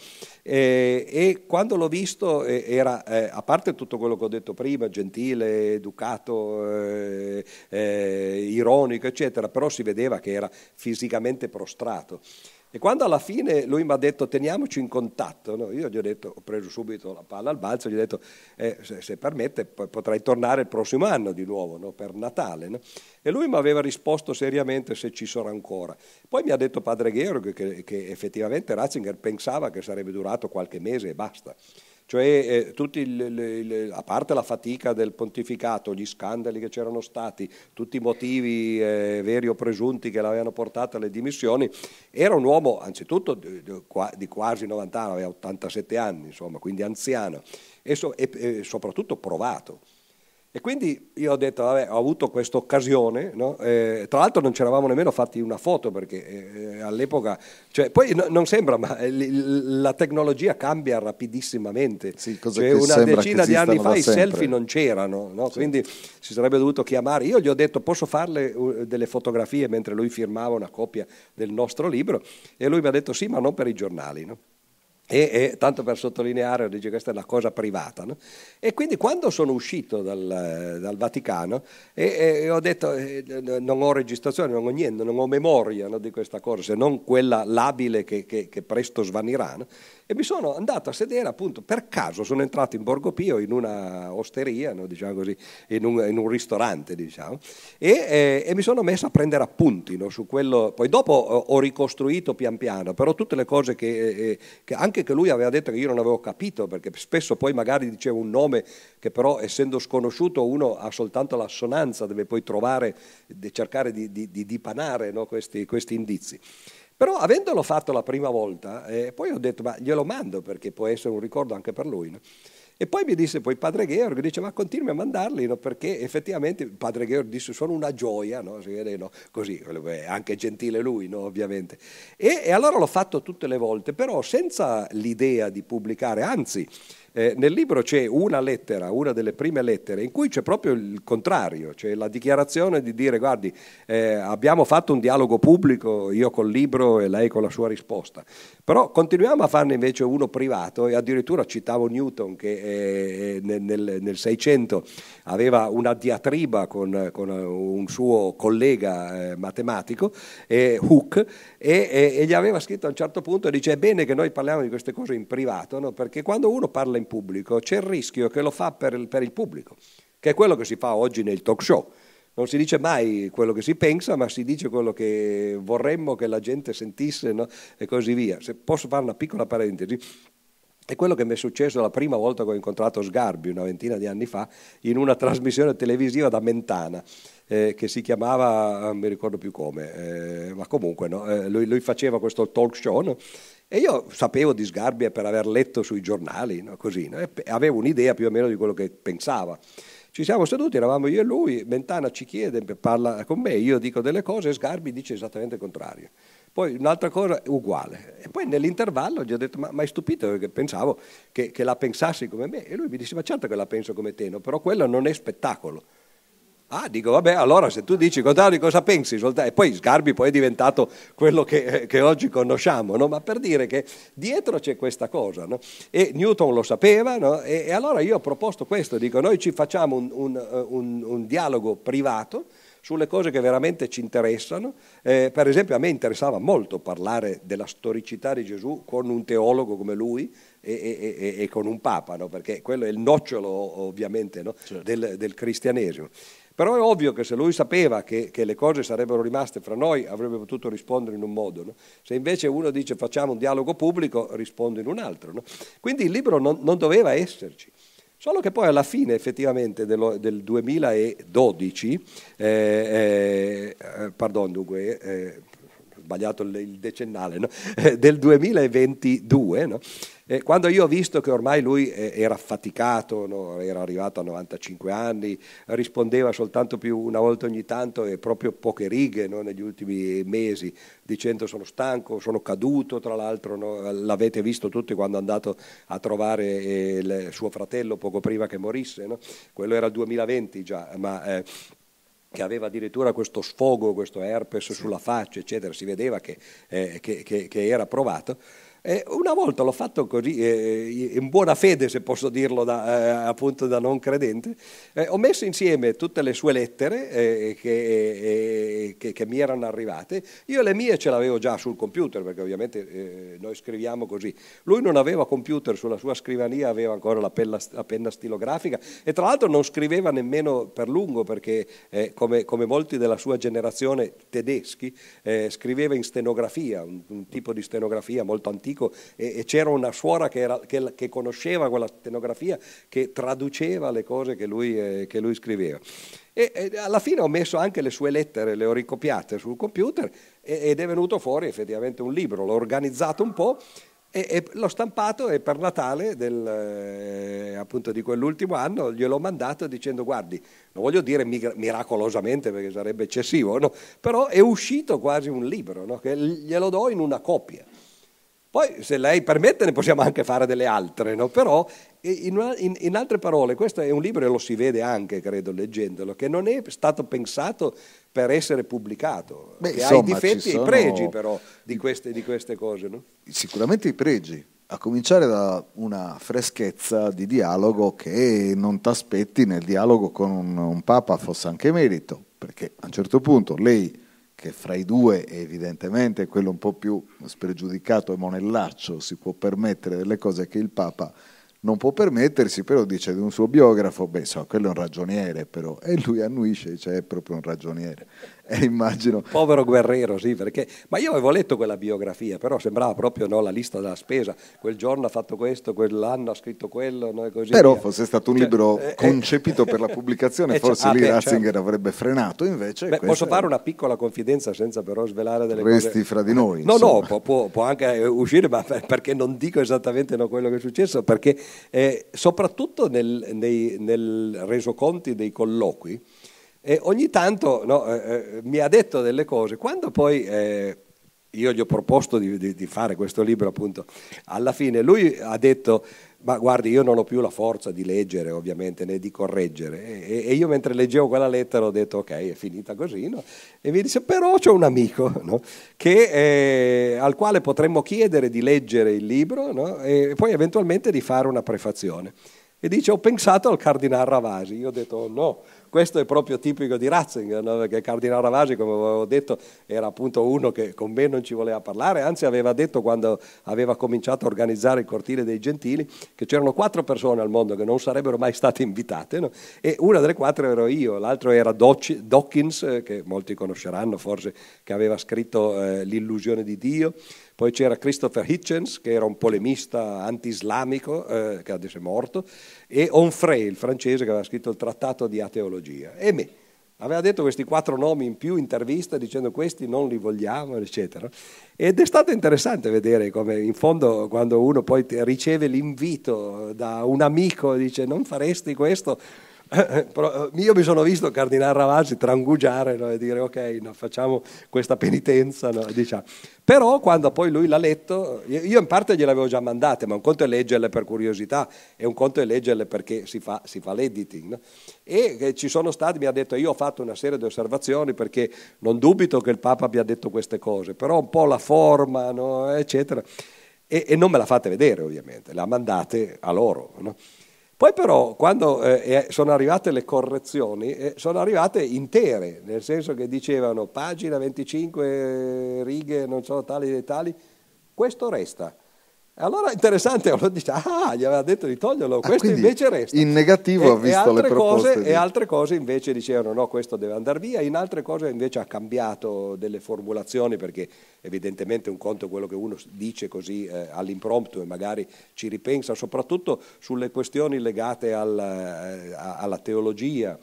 eh, e quando l'ho visto eh, era, eh, a parte tutto quello che ho detto prima, gentile, educato, eh, eh, ironico, eccetera, però si vedeva che era fisicamente prostrato. E quando alla fine lui mi ha detto teniamoci in contatto, no? Io gli ho detto, ho preso subito la palla al balzo, gli ho detto eh, se, se permette potrai tornare il prossimo anno di nuovo, no? Per Natale, no? E lui mi aveva risposto seriamente se ci sarà ancora. Poi mi ha detto padre Georg che, che effettivamente Ratzinger pensava che sarebbe durato qualche mese e basta. Cioè, eh, tutti le, le, le, a parte la fatica del pontificato, gli scandali che c'erano stati, tutti i motivi eh, veri o presunti che l'avevano portato alle dimissioni, era un uomo anzitutto di, di quasi novanta anni, aveva ottantasette anni, insomma, quindi anziano, e, so, e, e soprattutto provato. E quindi io ho detto, vabbè, ho avuto questa occasione, no? Eh, tra l'altro non ci eravamo nemmeno fatti una foto perché eh, all'epoca, cioè, poi no, non sembra, ma l- la tecnologia cambia rapidissimamente. Sì, cioè, una decina di anni fa i selfie non c'erano, no? Sì. Quindi si sarebbe dovuto chiamare. Io gli ho detto, posso farle uh, delle fotografie mentre lui firmava una copia del nostro libro? E lui mi ha detto sì, ma non per i giornali, no? E, e tanto per sottolineare, dice questa è una cosa privata, no? E quindi quando sono uscito dal, dal Vaticano e, e ho detto eh, non ho registrazione, non ho niente, non ho memoria, no, di questa cosa, se non quella labile che, che, che presto svanirà, no? E mi sono andato a sedere, appunto, per caso sono entrato in Borgo Pio in una osteria, no, diciamo così, in un, in un ristorante, diciamo, e, e, e mi sono messo a prendere appunti, no, su quello. Poi dopo ho, ho ricostruito pian piano, però tutte le cose che, eh, che anche che lui aveva detto che io non avevo capito, perché spesso poi magari diceva un nome che però essendo sconosciuto uno ha soltanto l'assonanza, deve poi trovare, cercare di, di, di dipanare, no, questi, questi indizi. Però avendolo fatto la prima volta, eh, poi ho detto ma glielo mando perché può essere un ricordo anche per lui, no? E poi mi disse poi padre Georg, dice ma continui a mandarli, no? Perché effettivamente padre Georg disse sono una gioia, no? Si vede, no? Così, è anche gentile lui, no? Ovviamente. E, e allora l'ho fatto tutte le volte, però senza l'idea di pubblicare, anzi eh, nel libro c'è una lettera, una delle prime lettere, in cui c'è proprio il contrario, cioè la dichiarazione di dire guardi eh, abbiamo fatto un dialogo pubblico, io col libro e lei con la sua risposta, però continuiamo a farne invece uno privato, e addirittura citavo Newton che eh, nel, nel, nel Seicento aveva una diatriba con, con un suo collega eh, matematico, eh, Hooke, e, e, e gli aveva scritto a un certo punto, dice è bene che noi parliamo di queste cose in privato, no? Perché quando uno parla in pubblico c'è il rischio che lo fa per il, per il pubblico, che è quello che si fa oggi nel talk show. Non si dice mai quello che si pensa, ma si dice quello che vorremmo che la gente sentisse, no? E così via. Se posso fare una piccola parentesi, è quello che mi è successo la prima volta che ho incontrato Sgarbi, una ventina di anni fa, in una trasmissione televisiva da Mentana, eh, che si chiamava, non mi ricordo più come, eh, ma comunque no? eh, lui, lui faceva questo talk show, no? E io sapevo di Sgarbi per aver letto sui giornali, no? Così, no? E avevo un'idea più o meno di quello che pensava. Ci siamo seduti, eravamo io e lui, Mentana ci chiede, parla con me, io dico delle cose e Sgarbi dice esattamente il contrario. Poi un'altra cosa uguale. E poi nell'intervallo gli ho detto, ma, ma è stupito perché pensavo che, che la pensassi come me. E lui mi disse, ma certo che la penso come te, no? Però quello non è spettacolo. Ah, dico, vabbè, allora se tu dici di cosa pensi, e poi Sgarbi poi è diventato quello che, che oggi conosciamo, no? Ma per dire che dietro c'è questa cosa, no? E Newton lo sapeva, no? E, e allora io ho proposto questo, dico, noi ci facciamo un, un, un, un dialogo privato sulle cose che veramente ci interessano. Eh, per esempio a me interessava molto parlare della storicità di Gesù con un teologo come lui e, e, e, e con un papa, no? Perché quello è il nocciolo ovviamente, no? Certo. del, del cristianesimo. Però è ovvio che se lui sapeva che, che le cose sarebbero rimaste fra noi avrebbe potuto rispondere in un modo, no? Se invece uno dice facciamo un dialogo pubblico risponde in un altro, no? Quindi il libro non, non doveva esserci. Solo che poi alla fine effettivamente dello, del duemiladodici, eh, eh, pardon, dunque, eh, sbagliato il, il decennale, no? eh, del duemilaventidue, no? Eh, quando io ho visto che ormai lui eh, era affaticato, no? Era arrivato a novantacinque anni, rispondeva soltanto più una volta ogni tanto e proprio poche righe, no? Negli ultimi mesi, dicendo sono stanco, sono caduto, tra l'altro, no? L'avete visto tutti quando è andato a trovare eh, il suo fratello poco prima che morisse, no? Quello era il duemilaventi già, ma... Eh, che aveva addirittura questo sfogo, questo herpes sì. sulla faccia, eccetera, si vedeva che, eh, che, che, che era provato. Eh, una volta l'ho fatto così, eh, in buona fede, se posso dirlo, da, eh, appunto da non credente, eh, ho messo insieme tutte le sue lettere eh, che, eh, che, che mi erano arrivate. Io le mie ce l'avevo già sul computer, perché ovviamente eh, noi scriviamo così. Lui non aveva computer, sulla sua scrivania aveva ancora la penna, la penna stilografica e tra l'altro non scriveva nemmeno per lungo, perché eh, come, come molti della sua generazione tedeschi, eh, scriveva in stenografia, un, un tipo di stenografia molto antico, e, e c'era una suora che, era, che, che conosceva quella stenografia, che traduceva le cose che lui, eh, che lui scriveva. E, e alla fine ho messo anche le sue lettere, le ho ricopiate sul computer e, ed è venuto fuori effettivamente un libro. L'ho organizzato un po' e, e l'ho stampato, e per Natale del, eh, appunto di quell'ultimo anno gliel'ho mandato dicendo: guardi, non voglio dire miracolosamente perché sarebbe eccessivo, no? Però è uscito quasi un libro, no? Che glielo do in una copia. Poi, se lei permette, ne possiamo anche fare delle altre, no? Però, in, in, in altre parole, questo è un libro, e lo si vede anche, credo, leggendolo, che non è stato pensato per essere pubblicato, Beh, che insomma, ha i difetti e sono... i pregi, però, di queste, di queste cose, no? Sicuramente i pregi, a cominciare da una freschezza di dialogo che non t'aspetti nel dialogo con un, un Papa, fosse anche emerito, perché a un certo punto lei, che fra i due è evidentemente quello un po' più spregiudicato e monellaccio, si può permettere delle cose che il Papa non può permettersi, però dice di un suo biografo, beh, so, quello è un ragioniere, però, e lui annuisce, dice, è proprio un ragioniere. E immagino... Povero guerriero, sì, perché... Ma io avevo letto quella biografia, però sembrava proprio, no, la lista della spesa. Quel giorno ha fatto questo, quell'anno ha scritto quello, no, e così Però via. fosse stato un cioè, libro eh, concepito eh, per la pubblicazione, eh, forse ah, lì beh, Ratzinger certo. avrebbe frenato, invece... Beh, posso fare è... una piccola confidenza senza però svelare delle Resti cose... fra di noi, No, insomma. no, può, può, può anche uscire, ma perché non dico esattamente no, quello che è successo, perché eh, soprattutto nel, nei, nel resoconti dei colloqui, e ogni tanto no, eh, mi ha detto delle cose, quando poi eh, io gli ho proposto di, di, di fare questo libro, appunto, alla fine lui ha detto: ma guardi, io non ho più la forza di leggere, ovviamente, né di correggere, e, e io mentre leggevo quella lettera ho detto: ok, è finita così, no? E mi dice: però c'ho un amico, no? che, eh, al quale potremmo chiedere di leggere il libro, no? E poi eventualmente di fare una prefazione. E dice: ho pensato al Cardinal Ravasi. Io ho detto: oh, no, questo è proprio tipico di Ratzinger, no? Perché il Cardinal Ravasi, come avevo detto, era appunto uno che con me non ci voleva parlare, anzi aveva detto, quando aveva cominciato a organizzare il Cortile dei Gentili, che c'erano quattro persone al mondo che non sarebbero mai state invitate, no? E una delle quattro ero io, l'altro era Dawkins, che molti conosceranno forse, che aveva scritto eh, L'illusione di Dio. Poi c'era Christopher Hitchens, che era un polemista anti-islamico, eh, che adesso è morto, e Onfray, il francese, che aveva scritto il trattato di ateologia. E me, aveva detto questi quattro nomi in più interviste, dicendo: questi non li vogliamo, eccetera. Ed è stato interessante vedere come, in fondo, quando uno poi riceve l'invito da un amico, dice: non faresti questo? Io mi sono visto il Cardinal Ravasi trangugiare, no, e dire: ok, no, facciamo questa penitenza, no, diciamo. Però quando poi lui l'ha letto, io in parte gliel'avevo già mandate, ma un conto è leggerle per curiosità e un conto è leggerle perché si fa, si fa l'editing, no? E ci sono stati, mi ha detto: io ho fatto una serie di osservazioni, perché non dubito che il Papa abbia detto queste cose, però un po' la forma, no, eccetera, e, e non me la fate vedere, ovviamente, la mandate a loro, no? Poi però, quando eh, sono arrivate le correzioni, eh, sono arrivate intere, nel senso che dicevano: pagina venticinque righe, non so, tali e tali, questo resta. Allora interessante, uno dice: ah, gli aveva detto di toglierlo, ah, questo invece resta. In negativo e, ha visto le proposte. Cose, di... E altre cose invece dicevano: no, questo deve andare via. In altre cose invece ha cambiato delle formulazioni, perché evidentemente un conto è quello che uno dice così eh, all'impromptu e magari ci ripensa, soprattutto sulle questioni legate al, eh, alla teologia,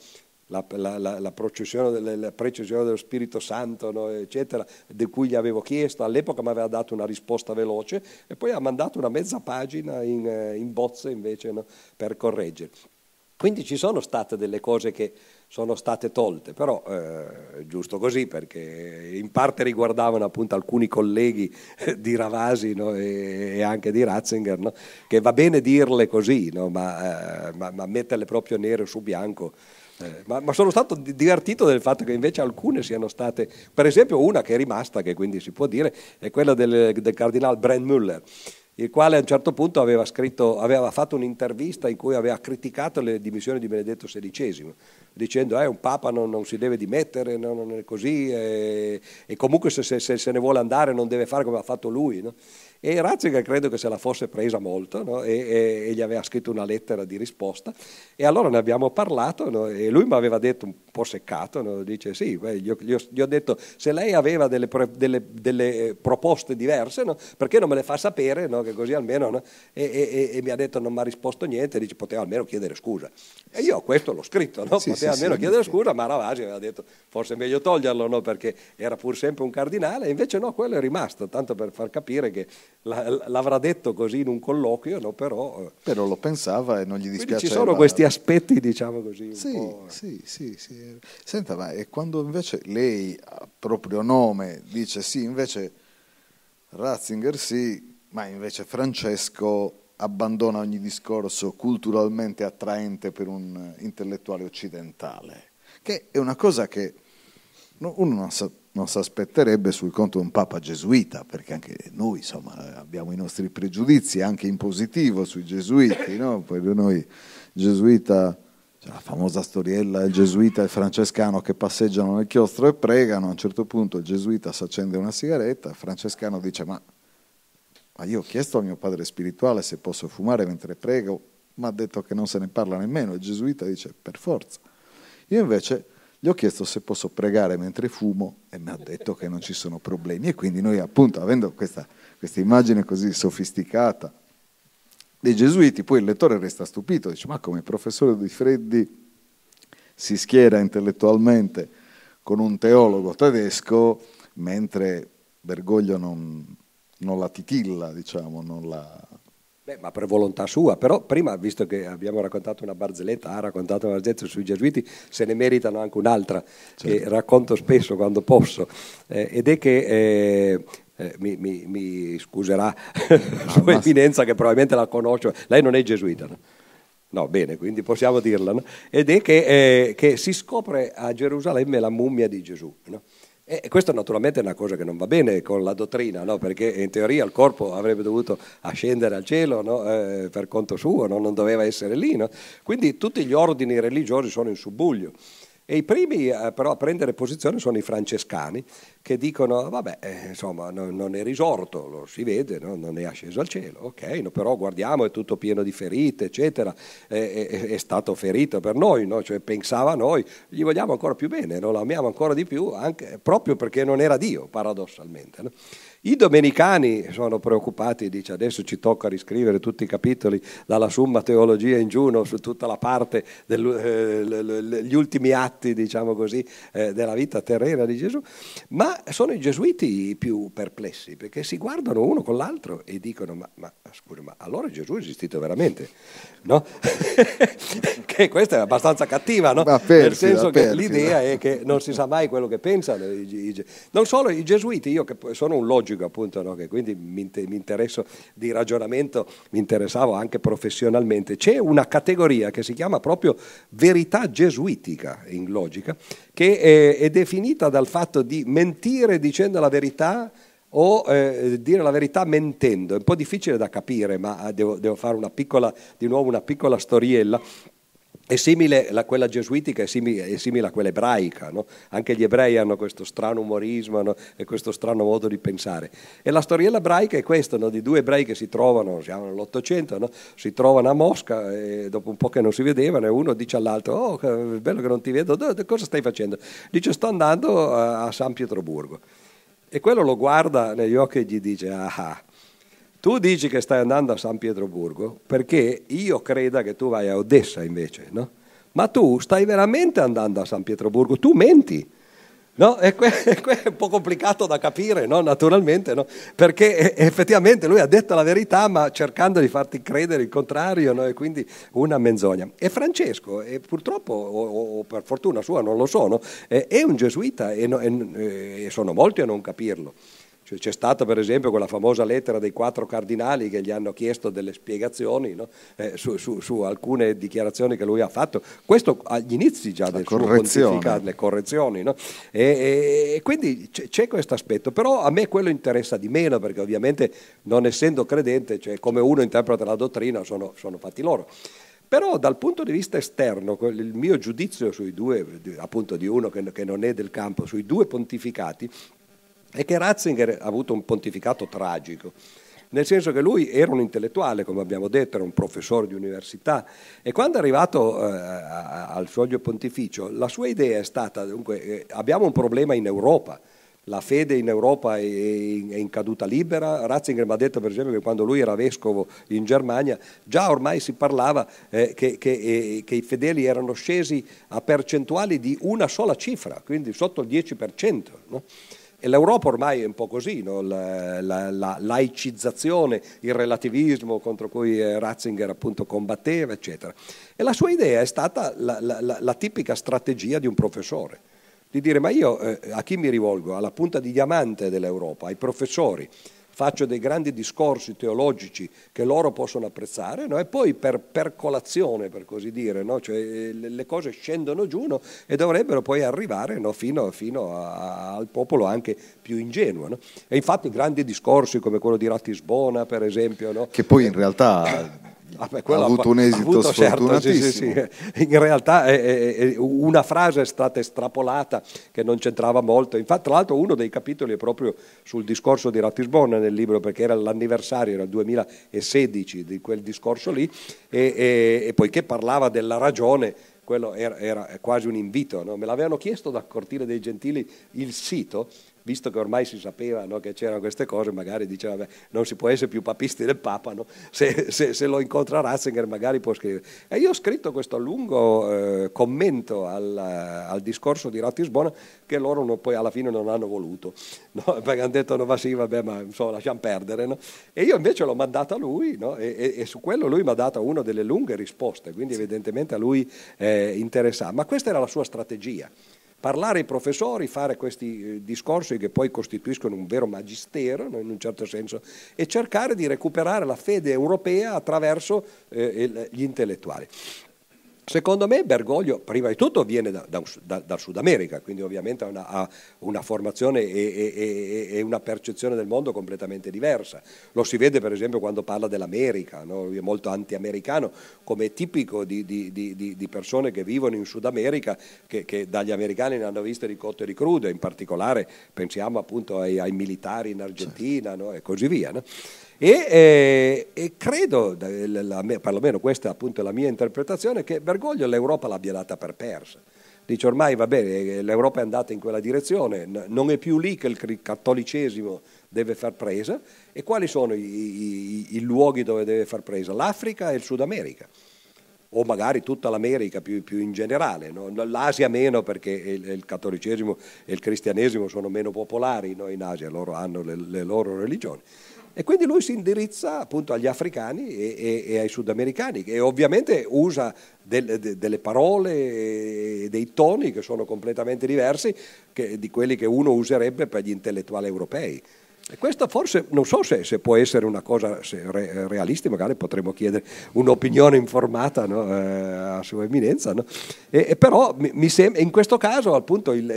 la, la, la, la, processione, la precessione dello Spirito Santo, no, eccetera, di cui gli avevo chiesto. All'epoca mi aveva dato una risposta veloce e poi ha mandato una mezza pagina in, in bozze invece, no, per correggere. Quindi ci sono state delle cose che sono state tolte, però eh, giusto così, perché in parte riguardavano appunto alcuni colleghi di Ravasi, no, e, e anche di Ratzinger, no, che va bene dirle così, no, ma, eh, ma, ma metterle proprio nero su bianco. Eh, ma, ma sono stato divertito del fatto che invece alcune siano state, per esempio una che è rimasta, che quindi si può dire, è quella del, del cardinale Brandmüller, il quale a un certo punto aveva scritto, aveva fatto un'intervista in cui aveva criticato le dimissioni di Benedetto sedicesimo, dicendo eh, un Papa non, non si deve dimettere, no, non è così, e, e comunque se, se, se ne vuole andare non deve fare come ha fatto lui, no? E Ratzinger credo che se la fosse presa molto, no? e, e, e gli aveva scritto una lettera di risposta, e allora ne abbiamo parlato, no? E lui mi aveva detto un po' seccato, no? Dice sì, beh, gli, ho, gli, ho, gli ho detto se lei aveva delle, delle, delle proposte diverse, no? Perché non me le fa sapere, no? Che così almeno, no? e, e, e mi ha detto non mi ha risposto niente, dice poteva almeno chiedere scusa, e io questo l'ho scritto, no? Sì, poteva sì, almeno sì, chiedere sì. scusa, ma Ravasi aveva detto forse è meglio toglierlo, no? Perché era pur sempre un cardinale, e invece no, quello è rimasto, tanto per far capire che l'avrà detto così in un colloquio, no? però, però lo pensava e non gli dispiaceva. Quindi ci sono questi aspetti, diciamo così, un sì, po'... sì, sì, sì. Senta, ma e quando invece lei a proprio nome dice sì, invece Ratzinger sì, ma invece Francesco abbandona ogni discorso culturalmente attraente per un intellettuale occidentale, che è una cosa che uno non sa non si aspetterebbe sul conto di un papa gesuita, perché anche noi insomma abbiamo i nostri pregiudizi anche in positivo sui gesuiti, no? Poi noi gesuita, cioè la famosa storiella del gesuita e il francescano che passeggiano nel chiostro e pregano, a un certo punto il gesuita si accende una sigaretta, il francescano dice ma, ma io ho chiesto al mio padre spirituale se posso fumare mentre prego, ma ha detto che non se ne parla nemmeno, il gesuita dice per forza. Io invece gli ho chiesto se posso pregare mentre fumo e mi ha detto che non ci sono problemi, e quindi noi appunto avendo questa, questa immagine così sofisticata dei gesuiti, poi il lettore resta stupito, dice ma come professore Di Freddi si schiera intellettualmente con un teologo tedesco mentre Bergoglio non, non la titilla, diciamo, non la... Beh, ma per volontà sua, però prima, visto che abbiamo raccontato una barzelletta, ha raccontato una barzelletta sui gesuiti, se ne meritano anche un'altra, certo, che racconto spesso quando posso, eh, ed è che, eh, eh, mi, mi, mi scuserà Sua ma... Eminenza che probabilmente la conosce, lei non è gesuita, no? No, bene, quindi possiamo dirla, no? Ed è che, eh, che si scopre a Gerusalemme la mummia di Gesù, no? E questo naturalmente è una cosa che non va bene con la dottrina, no? Perché in teoria il corpo avrebbe dovuto ascendere al cielo, no? eh, per conto suo, no? Non doveva essere lì, no? Quindi tutti gli ordini religiosi sono in subbuglio. E i primi eh, però a prendere posizione sono i francescani, che dicono vabbè, eh, insomma no, non è risorto, lo si vede, no? Non è asceso al cielo, ok, no? Però guardiamo, è tutto pieno di ferite, eccetera, eh, è, è stato ferito per noi, no? Cioè pensava a noi, gli vogliamo ancora più bene, no? Lo amiamo ancora di più, anche, proprio perché non era Dio, paradossalmente, no? I domenicani sono preoccupati, dice adesso ci tocca riscrivere tutti i capitoli dalla Summa Teologia in giù, no? Su tutta la parte degli eh, ultimi atti, diciamo così, eh, della vita terrena di Gesù, ma sono i gesuiti più perplessi, perché si guardano uno con l'altro e dicono ma, ma scusa, ma allora Gesù è esistito veramente? No? Che questa è abbastanza cattiva, no? Perfida, nel senso che perfida. L'idea è che non si sa mai quello che pensano i, i, non solo i gesuiti, io che sono un logico appunto, no? Che quindi mi, mi interesso di ragionamento, mi interessavo anche professionalmente, c'è una categoria che si chiama proprio verità gesuitica in logica, che è, è definita dal fatto di mentire dicendo la verità o eh, dire la verità mentendo. È un po' difficile da capire, ma devo, devo fare una piccola, di nuovo una piccola storiella. È simile, la, quella gesuitica è simile, è simile a quella ebraica, no? Anche gli ebrei hanno questo strano umorismo, no? E questo strano modo di pensare. E la storiella ebraica è questa, no? Di due ebrei che si trovano, siamo nell'Ottocento, no? Si trovano a Mosca e dopo un po' che non si vedevano e uno dice all'altro, oh, che bello che non ti vedo, cosa stai facendo? Dice, sto andando a, a San Pietroburgo. E quello lo guarda negli occhi e gli dice, ah, tu dici che stai andando a San Pietroburgo perché io creda che tu vai a Odessa invece, no? ma tu stai veramente andando a San Pietroburgo? Tu menti. No? E que- è un po' complicato da capire, no? Naturalmente, no? Perché effettivamente lui ha detto la verità ma cercando di farti credere il contrario, no? E quindi una menzogna. E Francesco, e purtroppo, o, o per fortuna sua non lo sono, è, è un gesuita e, no, e, e sono molti a non capirlo. C'è stata per esempio quella famosa lettera dei quattro cardinali che gli hanno chiesto delle spiegazioni, no? eh, su, su, su alcune dichiarazioni che lui ha fatto, questo agli inizi già del suo pontificato, le correzioni, no? e, e, e quindi c'è, c'è questo aspetto, però a me quello interessa di meno perché ovviamente non essendo credente, cioè come uno interpreta la dottrina sono, sono fatti loro. Però dal punto di vista esterno, il mio giudizio sui due, appunto di uno che, che non è del campo, sui due pontificati, è che Ratzinger ha avuto un pontificato tragico, nel senso che lui era un intellettuale, come abbiamo detto, era un professore di università e quando è arrivato eh, al soglio pontificio la sua idea è stata, dunque, eh, abbiamo un problema in Europa, la fede in Europa è in, è in caduta libera. Ratzinger mi ha detto per esempio che quando lui era vescovo in Germania già ormai si parlava eh, che, che, eh, che i fedeli erano scesi a percentuali di una sola cifra, quindi sotto il dieci per cento, no? E l'Europa ormai è un po' così, no? la, la, la laicizzazione, il relativismo contro cui Ratzinger appunto combatteva, eccetera. E la sua idea è stata la, la, la, la tipica strategia di un professore, di dire ma io eh, a chi mi rivolgo? Alla punta di diamante dell'Europa, ai professori, faccio dei grandi discorsi teologici che loro possono apprezzare, no? E poi per percolazione, per così dire, no? Cioè, le, le cose scendono giù, no? E dovrebbero poi arrivare, no? fino, fino a, al popolo anche più ingenuo. No? E infatti grandi discorsi come quello di Ratisbona, per esempio. No? Che poi in realtà... Ah beh, ha avuto un esito avuto, sfortunatissimo. Certo, sì, sì, sì. In realtà è, è, è una frase è stata estrapolata che non c'entrava molto. Infatti, tra l'altro, uno dei capitoli è proprio sul discorso di Ratisbona nel libro, perché era l'anniversario, era il duemilasedici di quel discorso lì, e, e, e poiché parlava della ragione, quello era, era quasi un invito. No? Me l'avevano chiesto da Cortile dei Gentili il sito, visto che ormai si sapeva, no, che c'erano queste cose, magari diceva vabbè, non si può essere più papisti del Papa, no? se, se, se lo incontra Ratzinger magari può scrivere. E io ho scritto questo lungo eh, commento al, al discorso di Ratisbona che loro non, poi alla fine non hanno voluto, no? Perché hanno detto no, ma sì, vabbè, ma insomma, lasciamo perdere. No? E io invece l'ho mandata a lui, no? e, e, e su quello lui mi ha dato una delle lunghe risposte, quindi evidentemente a lui eh, interessava. Ma questa era la sua strategia. Parlare ai professori, fare questi eh, discorsi che poi costituiscono un vero magistero, no, in un certo senso, e cercare di recuperare la fede europea attraverso eh, gli intellettuali. Secondo me Bergoglio, prima di tutto, viene da, da, da, dal Sud America, quindi ovviamente ha una, ha una formazione e, e, e una percezione del mondo completamente diversa. Lo si vede per esempio quando parla dell'America, no? Lui è molto anti-americano, come è tipico di, di, di, di persone che vivono in Sud America, che, che dagli americani ne hanno viste di cotte e di crude, in particolare pensiamo appunto ai, ai militari in Argentina, no? E così via. No? E, eh, e credo, la, la, perlomeno questa è appunto la mia interpretazione, che Bergoglio l'Europa l'abbia data per persa. Dice ormai va bene, l'Europa è andata in quella direzione, non è più lì che il cattolicesimo deve far presa. E quali sono i, i, i luoghi dove deve far presa? L'Africa e il Sud America, o magari tutta l'America più, più in generale, no? L'Asia meno, perché il, il cattolicesimo e il cristianesimo sono meno popolari, no? In Asia loro hanno le, le loro religioni. E quindi lui si indirizza appunto agli africani e, e, e ai sudamericani, e ovviamente usa del, de, delle parole e dei toni che sono completamente diversi che, di quelli che uno userebbe per gli intellettuali europei. E questo forse, non so se, se può essere una cosa re, realistica, magari potremmo chiedere un'opinione informata, no? eh, a Sua Eminenza, no? e, e però mi, mi sembra, in questo caso appunto il...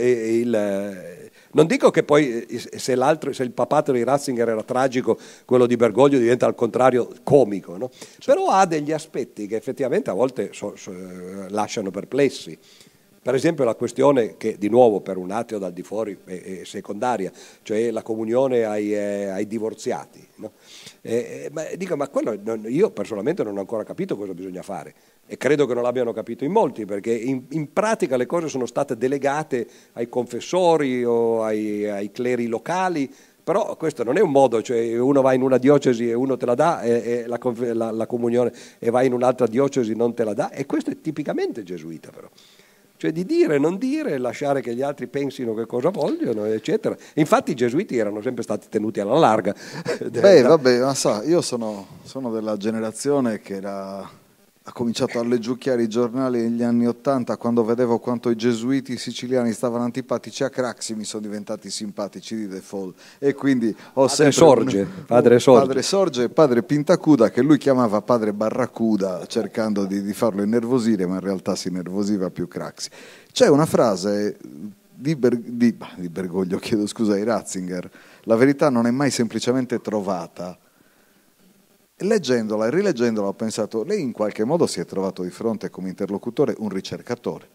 il non dico che poi se, l'altro, se il papato di Ratzinger era tragico, quello di Bergoglio diventa al contrario comico, no? Però ha degli aspetti che effettivamente a volte so, so, lasciano perplessi. Per esempio la questione che di nuovo per un ateo dal di fuori è, è secondaria, cioè la comunione ai, eh, ai divorziati. No? Eh, ma, dico, ma quello non, io personalmente non ho ancora capito cosa bisogna fare. E credo che non l'abbiano capito in molti, perché in, in pratica le cose sono state delegate ai confessori o ai, ai cleri locali, Però questo non è un modo, cioè uno va in una diocesi e uno te la dà, e, e la, la, la comunione, e va in un'altra diocesi e non te la dà, e questo è tipicamente gesuita però. Cioè di dire, non dire, lasciare che gli altri pensino che cosa vogliono, eccetera. Infatti i gesuiti erano sempre stati tenuti alla larga. Beh, vabbè, ma sa, io sono, sono della generazione che era... ha cominciato a leggiucchiare i giornali negli anni Ottanta, quando vedevo quanto i gesuiti siciliani stavano antipatici a Craxi, mi sono diventati simpatici di default, e quindi ho padre sempre Sorge, un, padre Sorge. padre Sorge e padre Pintacuda, che lui chiamava padre Barracuda, cercando di, di farlo innervosire, ma in realtà si innervosiva più Craxi. C'è una frase di, Ber, di, di Bergoglio, chiedo scusa, di Ratzinger: la verità non è mai semplicemente trovata. Leggendola e rileggendola ho pensato, lei in qualche modo si è trovato di fronte come interlocutore un ricercatore.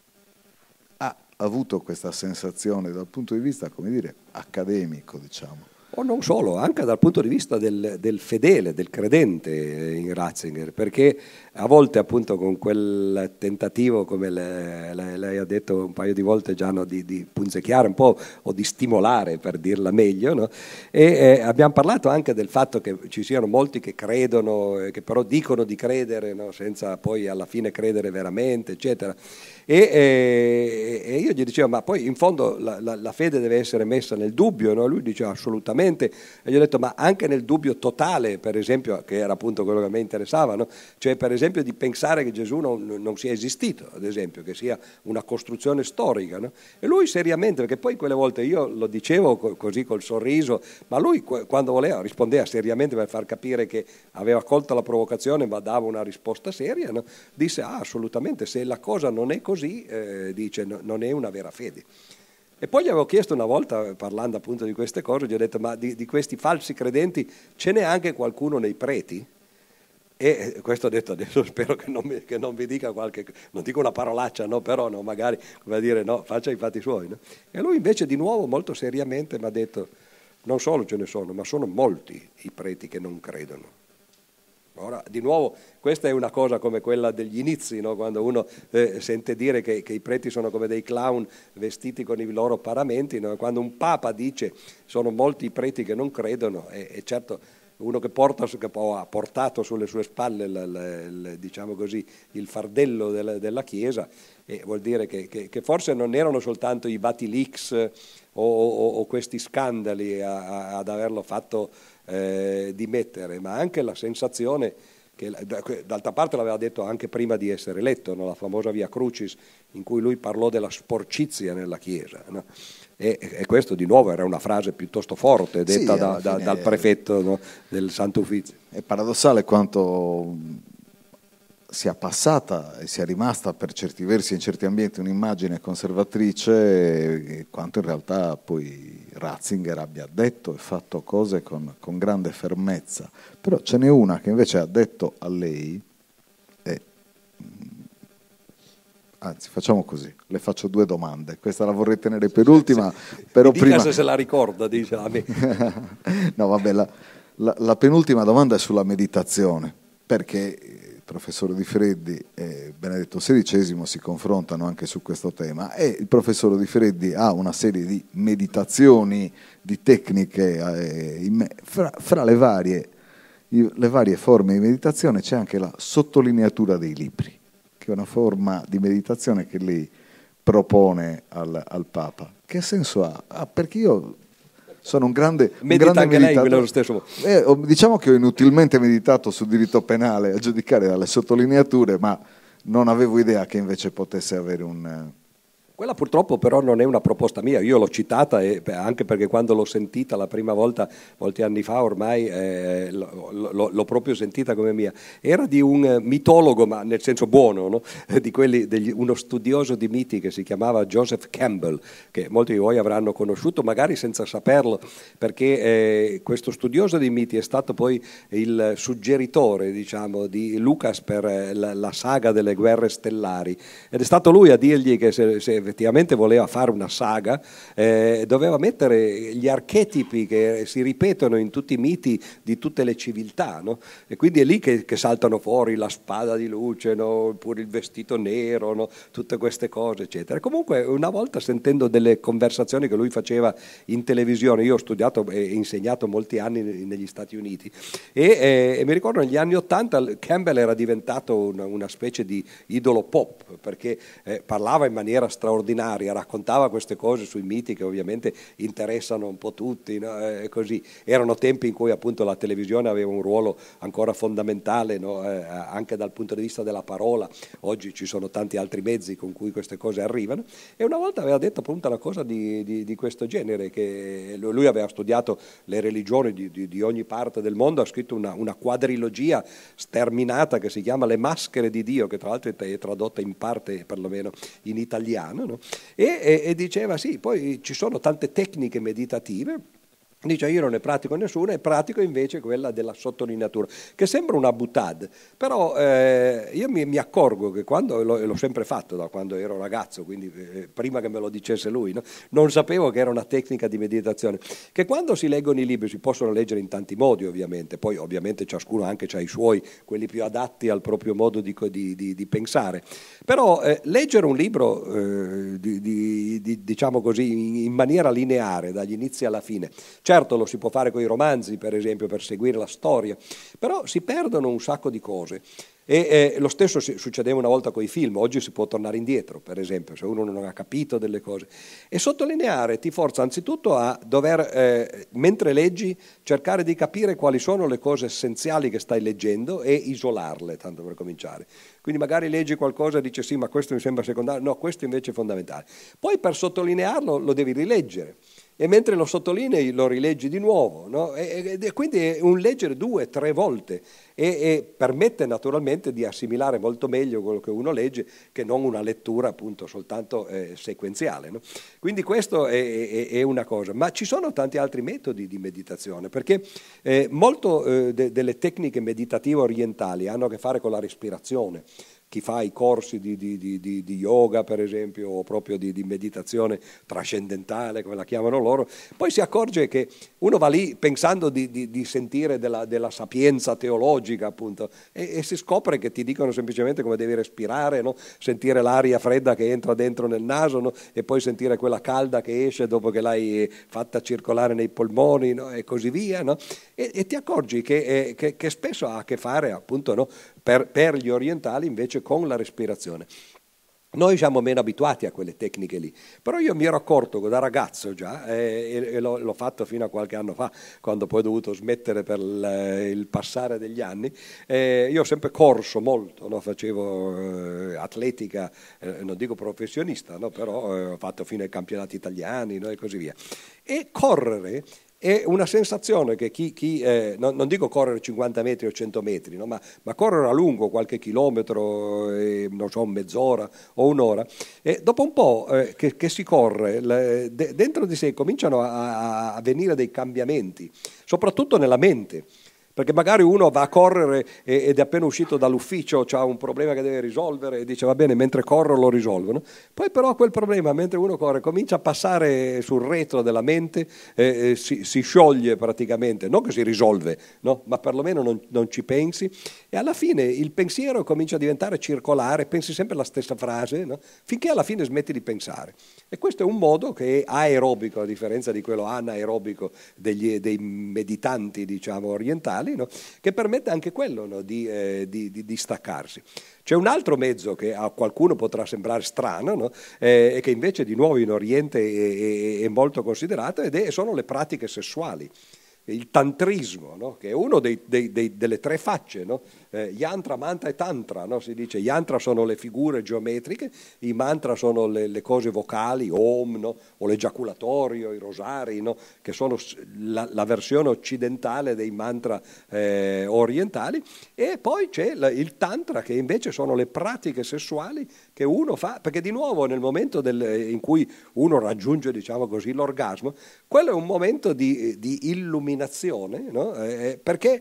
Ha avuto questa sensazione dal punto di vista, come dire, accademico, diciamo. O non solo, anche dal punto di vista del, del fedele, del credente in Ratzinger, perché a volte appunto con quel tentativo, come lei, lei ha detto un paio di volte già, no, di, di punzecchiare un po' o di stimolare, per dirla meglio, no? E eh, abbiamo parlato anche del fatto che ci siano molti che credono, eh, che però dicono di credere, no? Senza poi alla fine credere veramente, eccetera. E, e, e io gli dicevo, ma poi in fondo la, la, la fede deve essere messa nel dubbio, no? Lui diceva assolutamente, e gli ho detto, ma anche nel dubbio totale, per esempio, che era appunto quello che a me interessava, no? Cioè per esempio di pensare che Gesù non, non sia esistito, ad esempio, che sia una costruzione storica, no? E lui seriamente, perché poi quelle volte io lo dicevo co- così col sorriso, ma lui quando voleva rispondeva seriamente per far capire che aveva colto la provocazione ma dava una risposta seria, no? Disse, ah, assolutamente, se la cosa non è così, Così, eh, dice, no, non è una vera fede. E poi gli avevo chiesto una volta, parlando appunto di queste cose, gli ho detto, ma di, di questi falsi credenti ce n'è anche qualcuno nei preti? E questo ho detto, adesso spero che non mi, che non mi dica qualche, non dico una parolaccia, no, però no, magari come dire, no, faccia i fatti suoi, no? E lui invece di nuovo molto seriamente mi ha detto, non solo ce ne sono, ma sono molti i preti che non credono. Ora, di nuovo, questa è una cosa come quella degli inizi, no? Quando uno eh, sente dire che, che i preti sono come dei clown vestiti con i loro paramenti, no? Quando un papa dice sono molti i preti che non credono, e, e certo uno che, porta, che ha portato sulle sue spalle l, l, l, diciamo così, il fardello della, della Chiesa, e vuol dire che, che, che forse non erano soltanto i Vatilix o, o, o questi scandali a, a, ad averlo fatto Eh, dimettere, ma anche la sensazione che, d'altra parte l'aveva detto anche prima di essere eletto, no? La famosa Via Crucis, in cui lui parlò della sporcizia nella Chiesa, no? e, e questo di nuovo era una frase piuttosto forte detta sì, da, da, dal prefetto, no? Del Santo Uffizio. È paradossale quanto sia passata e sia rimasta per certi versi in certi ambienti un'immagine conservatrice, e quanto in realtà poi Ratzinger abbia detto e fatto cose con, con grande fermezza. Però ce n'è una che invece ha detto a lei, e, anzi facciamo così, le faccio due domande, questa la vorrei tenere per ultima, se, però mi prima... dica se se la ricorda, dice a me. No vabbè, la, la, la penultima domanda è sulla meditazione, perché il professore Di Freddi e Benedetto sedicesimo si confrontano anche su questo tema, e il professore Di Freddi ha una serie di meditazioni, di tecniche, eh, fra, fra le, varie, le varie forme di meditazione c'è anche la sottolineatura dei libri, che è una forma di meditazione che lei propone al, al Papa. Che senso ha? Ah, perché io... sono un grande, un grande anche meditatore. Lei, lo stesso. Eh, diciamo che ho inutilmente meditato sul diritto penale, a giudicare dalle sottolineature, ma non avevo idea che invece potesse avere un... Quella purtroppo però non è una proposta mia, io l'ho citata e anche perché quando l'ho sentita la prima volta, molti anni fa ormai, eh, l'ho, l'ho proprio sentita come mia. Era di un mitologo, ma nel senso buono, no? Di quelli, degli, uno studioso di miti che si chiamava Joseph Campbell, che molti di voi avranno conosciuto, magari senza saperlo, perché eh, questo studioso di miti è stato poi il suggeritore, diciamo, di Lucas per la, la saga delle guerre stellari, ed è stato lui a dirgli che se, se effettivamente voleva fare una saga, eh, doveva mettere gli archetipi che si ripetono in tutti i miti di tutte le civiltà, no? E quindi è lì che, che saltano fuori la spada di luce, no? Oppure il vestito nero, no? Tutte queste cose, eccetera. Comunque una volta, sentendo delle conversazioni che lui faceva in televisione, io ho studiato e insegnato molti anni negli Stati Uniti, e, e, e mi ricordo negli anni Ottanta Campbell era diventato una, una specie di idolo pop, perché eh, parlava in maniera straordinaria, raccontava queste cose sui miti che ovviamente interessano un po' tutti, no? eh, così. Erano tempi in cui appunto la televisione aveva un ruolo ancora fondamentale, no? eh, anche dal punto di vista della parola. Oggi ci sono tanti altri mezzi con cui queste cose arrivano, e una volta aveva detto appunto una cosa di, di, di questo genere, che lui aveva studiato le religioni di, di, di ogni parte del mondo, ha scritto una, una quadrilogia sterminata che si chiama Le maschere di Dio, che tra l'altro è tradotta in parte perlomeno in italiano, no? e, e, e diceva sì, poi ci sono tante tecniche meditative. Dice, io non ne pratico nessuna, e pratico invece quella della sottolineatura, che sembra una boutade, però eh, io mi, mi accorgo che quando, l'ho, l'ho sempre fatto da quando ero ragazzo, quindi eh, prima che me lo dicesse lui, no? Non sapevo che era una tecnica di meditazione, che quando si leggono i libri si possono leggere in tanti modi ovviamente, poi ovviamente ciascuno anche ha i suoi, quelli più adatti al proprio modo di, di, di, di pensare, però eh, leggere un libro eh, di, di, di, diciamo così in, in maniera lineare dagli inizi alla fine. Certo, lo si può fare con i romanzi, per esempio, per seguire la storia, però si perdono un sacco di cose. E eh, lo stesso succedeva una volta con i film, oggi si può tornare indietro, per esempio, se uno non ha capito delle cose. E sottolineare ti forza anzitutto a dover, eh, mentre leggi, cercare di capire quali sono le cose essenziali che stai leggendo e isolarle, tanto per cominciare. Quindi magari leggi qualcosa e dici sì, ma questo mi sembra secondario, no, questo invece è fondamentale. Poi per sottolinearlo lo devi rileggere. E mentre lo sottolinei lo rileggi di nuovo, no? e, e quindi è un leggere due, tre volte e, e permette naturalmente di assimilare molto meglio quello che uno legge che non una lettura appunto soltanto eh, sequenziale, no? Quindi questo è, è, è una cosa, ma ci sono tanti altri metodi di meditazione, perché eh, molto eh, de, delle tecniche meditative orientali hanno a che fare con la respirazione. Chi fa i corsi di, di, di, di yoga, per esempio, o proprio di, di meditazione trascendentale, come la chiamano loro, poi si accorge che uno va lì pensando di, di, di sentire della, della sapienza teologica, appunto, e, e si scopre che ti dicono semplicemente come devi respirare, no? Sentire l'aria fredda che entra dentro nel naso, no? E poi sentire quella calda che esce dopo che l'hai fatta circolare nei polmoni, no? E così via, no? E, e ti accorgi che, eh, che, che spesso ha a che fare, appunto, no? per, per gli orientali invece con la respirazione. Noi siamo meno abituati a quelle tecniche lì, però io mi ero accorto da ragazzo già, eh, e, e l'ho, l'ho fatto fino a qualche anno fa, quando poi ho dovuto smettere per il, il passare degli anni. Eh, io ho sempre corso molto, no? Facevo eh, atletica, eh, non dico professionista, no? Però eh, ho fatto fino ai campionati italiani, no? E così via. E correre è una sensazione che chi, chi eh, non, non dico correre cinquanta metri o cento metri, no? ma, ma correre a lungo qualche chilometro, eh, non so, mezz'ora o un'ora, e dopo un po' eh, che, che si corre, le, de, dentro di sé cominciano a, a venire dei cambiamenti, soprattutto nella mente. Perché magari uno va a correre ed è appena uscito dall'ufficio, ha un problema che deve risolvere e dice va bene, mentre corro lo risolvono. Poi però quel problema, mentre uno corre, comincia a passare sul retro della mente, eh, si, si scioglie praticamente, non che si risolve, no? Ma perlomeno non, non ci pensi, e alla fine il pensiero comincia a diventare circolare, pensi sempre la stessa frase, no? Finché alla fine smetti di pensare. E questo è un modo che è aerobico, a differenza di quello anaerobico degli, dei meditanti, diciamo, orientali, no? Che permette anche quello, no? di, eh, di, di, di staccarsi. C'è un altro mezzo che a qualcuno potrà sembrare strano, no? eh, e che invece di nuovo in Oriente è, è, è molto considerato, ed è, sono le pratiche sessuali. Il tantrismo, no? Che è uno dei, dei, dei, delle tre facce, no? eh, yantra, mantra e tantra, no? Si dice yantra sono le figure geometriche, i mantra sono le, le cose vocali, om, no? O l'egiaculatorio, i rosari, no? Che sono la, la versione occidentale dei mantra eh, orientali, e poi c'è la, il tantra, che invece sono le pratiche sessuali che uno fa, perché di nuovo nel momento del, in cui uno raggiunge, diciamo così, l'orgasmo, quello è un momento di, di illuminazione, no? eh, perché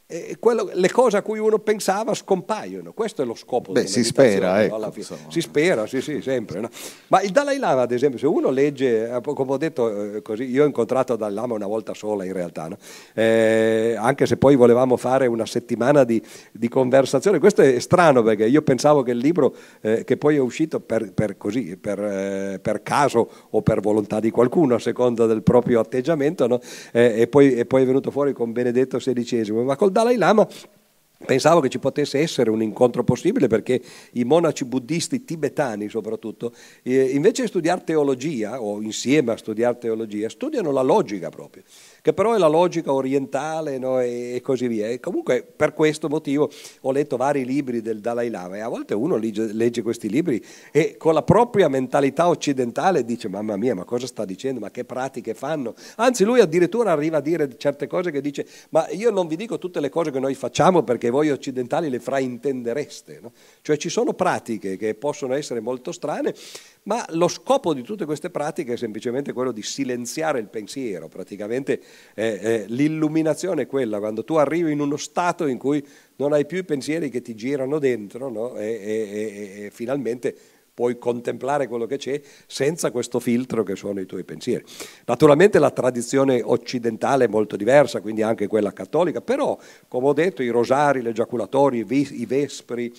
eh, quello, le cose a cui uno pensava scompaiono. Questo è lo scopo. Beh, della si spera, ecco, alla fine. insomma. Si spera, sì, sì, sempre. No? Ma il Dalai Lama, ad esempio, se uno legge, come ho detto eh, così, io ho incontrato Dalai Lama una volta sola in realtà, no? eh, anche se poi volevamo fare una settimana di, di conversazione. Questo è strano perché io pensavo che il libro eh, che poi è uscito per, per così, per, eh, per caso o per volontà di qualcuno, a seconda del proprio atteggiamento, no? eh, e, poi, e poi è venuto fuori con Benedetto sedicesimo, ma col Dalai Lama pensavo che ci potesse essere un incontro possibile, perché i monaci buddisti tibetani soprattutto, eh, invece di studiare teologia o insieme a studiare teologia, studiano la logica proprio, che però è la logica orientale, no? e, e così via. E comunque per questo motivo ho letto vari libri del Dalai Lama, e a volte uno legge, legge questi libri e con la propria mentalità occidentale dice: mamma mia, ma cosa sta dicendo, ma che pratiche fanno? Anzi, lui addirittura arriva a dire certe cose che dice: ma io non vi dico tutte le cose che noi facciamo perché voi occidentali le fraintendereste, no? Cioè ci sono pratiche che possono essere molto strane, ma lo scopo di tutte queste pratiche è semplicemente quello di silenziare il pensiero. Praticamente eh, eh, l'illuminazione è quella, quando tu arrivi in uno stato in cui non hai più i pensieri che ti girano dentro, no? e, e, e, e finalmente puoi contemplare quello che c'è senza questo filtro che sono i tuoi pensieri. Naturalmente la tradizione occidentale è molto diversa, quindi anche quella cattolica, però, come ho detto, i rosari, le giaculatori, i vespri,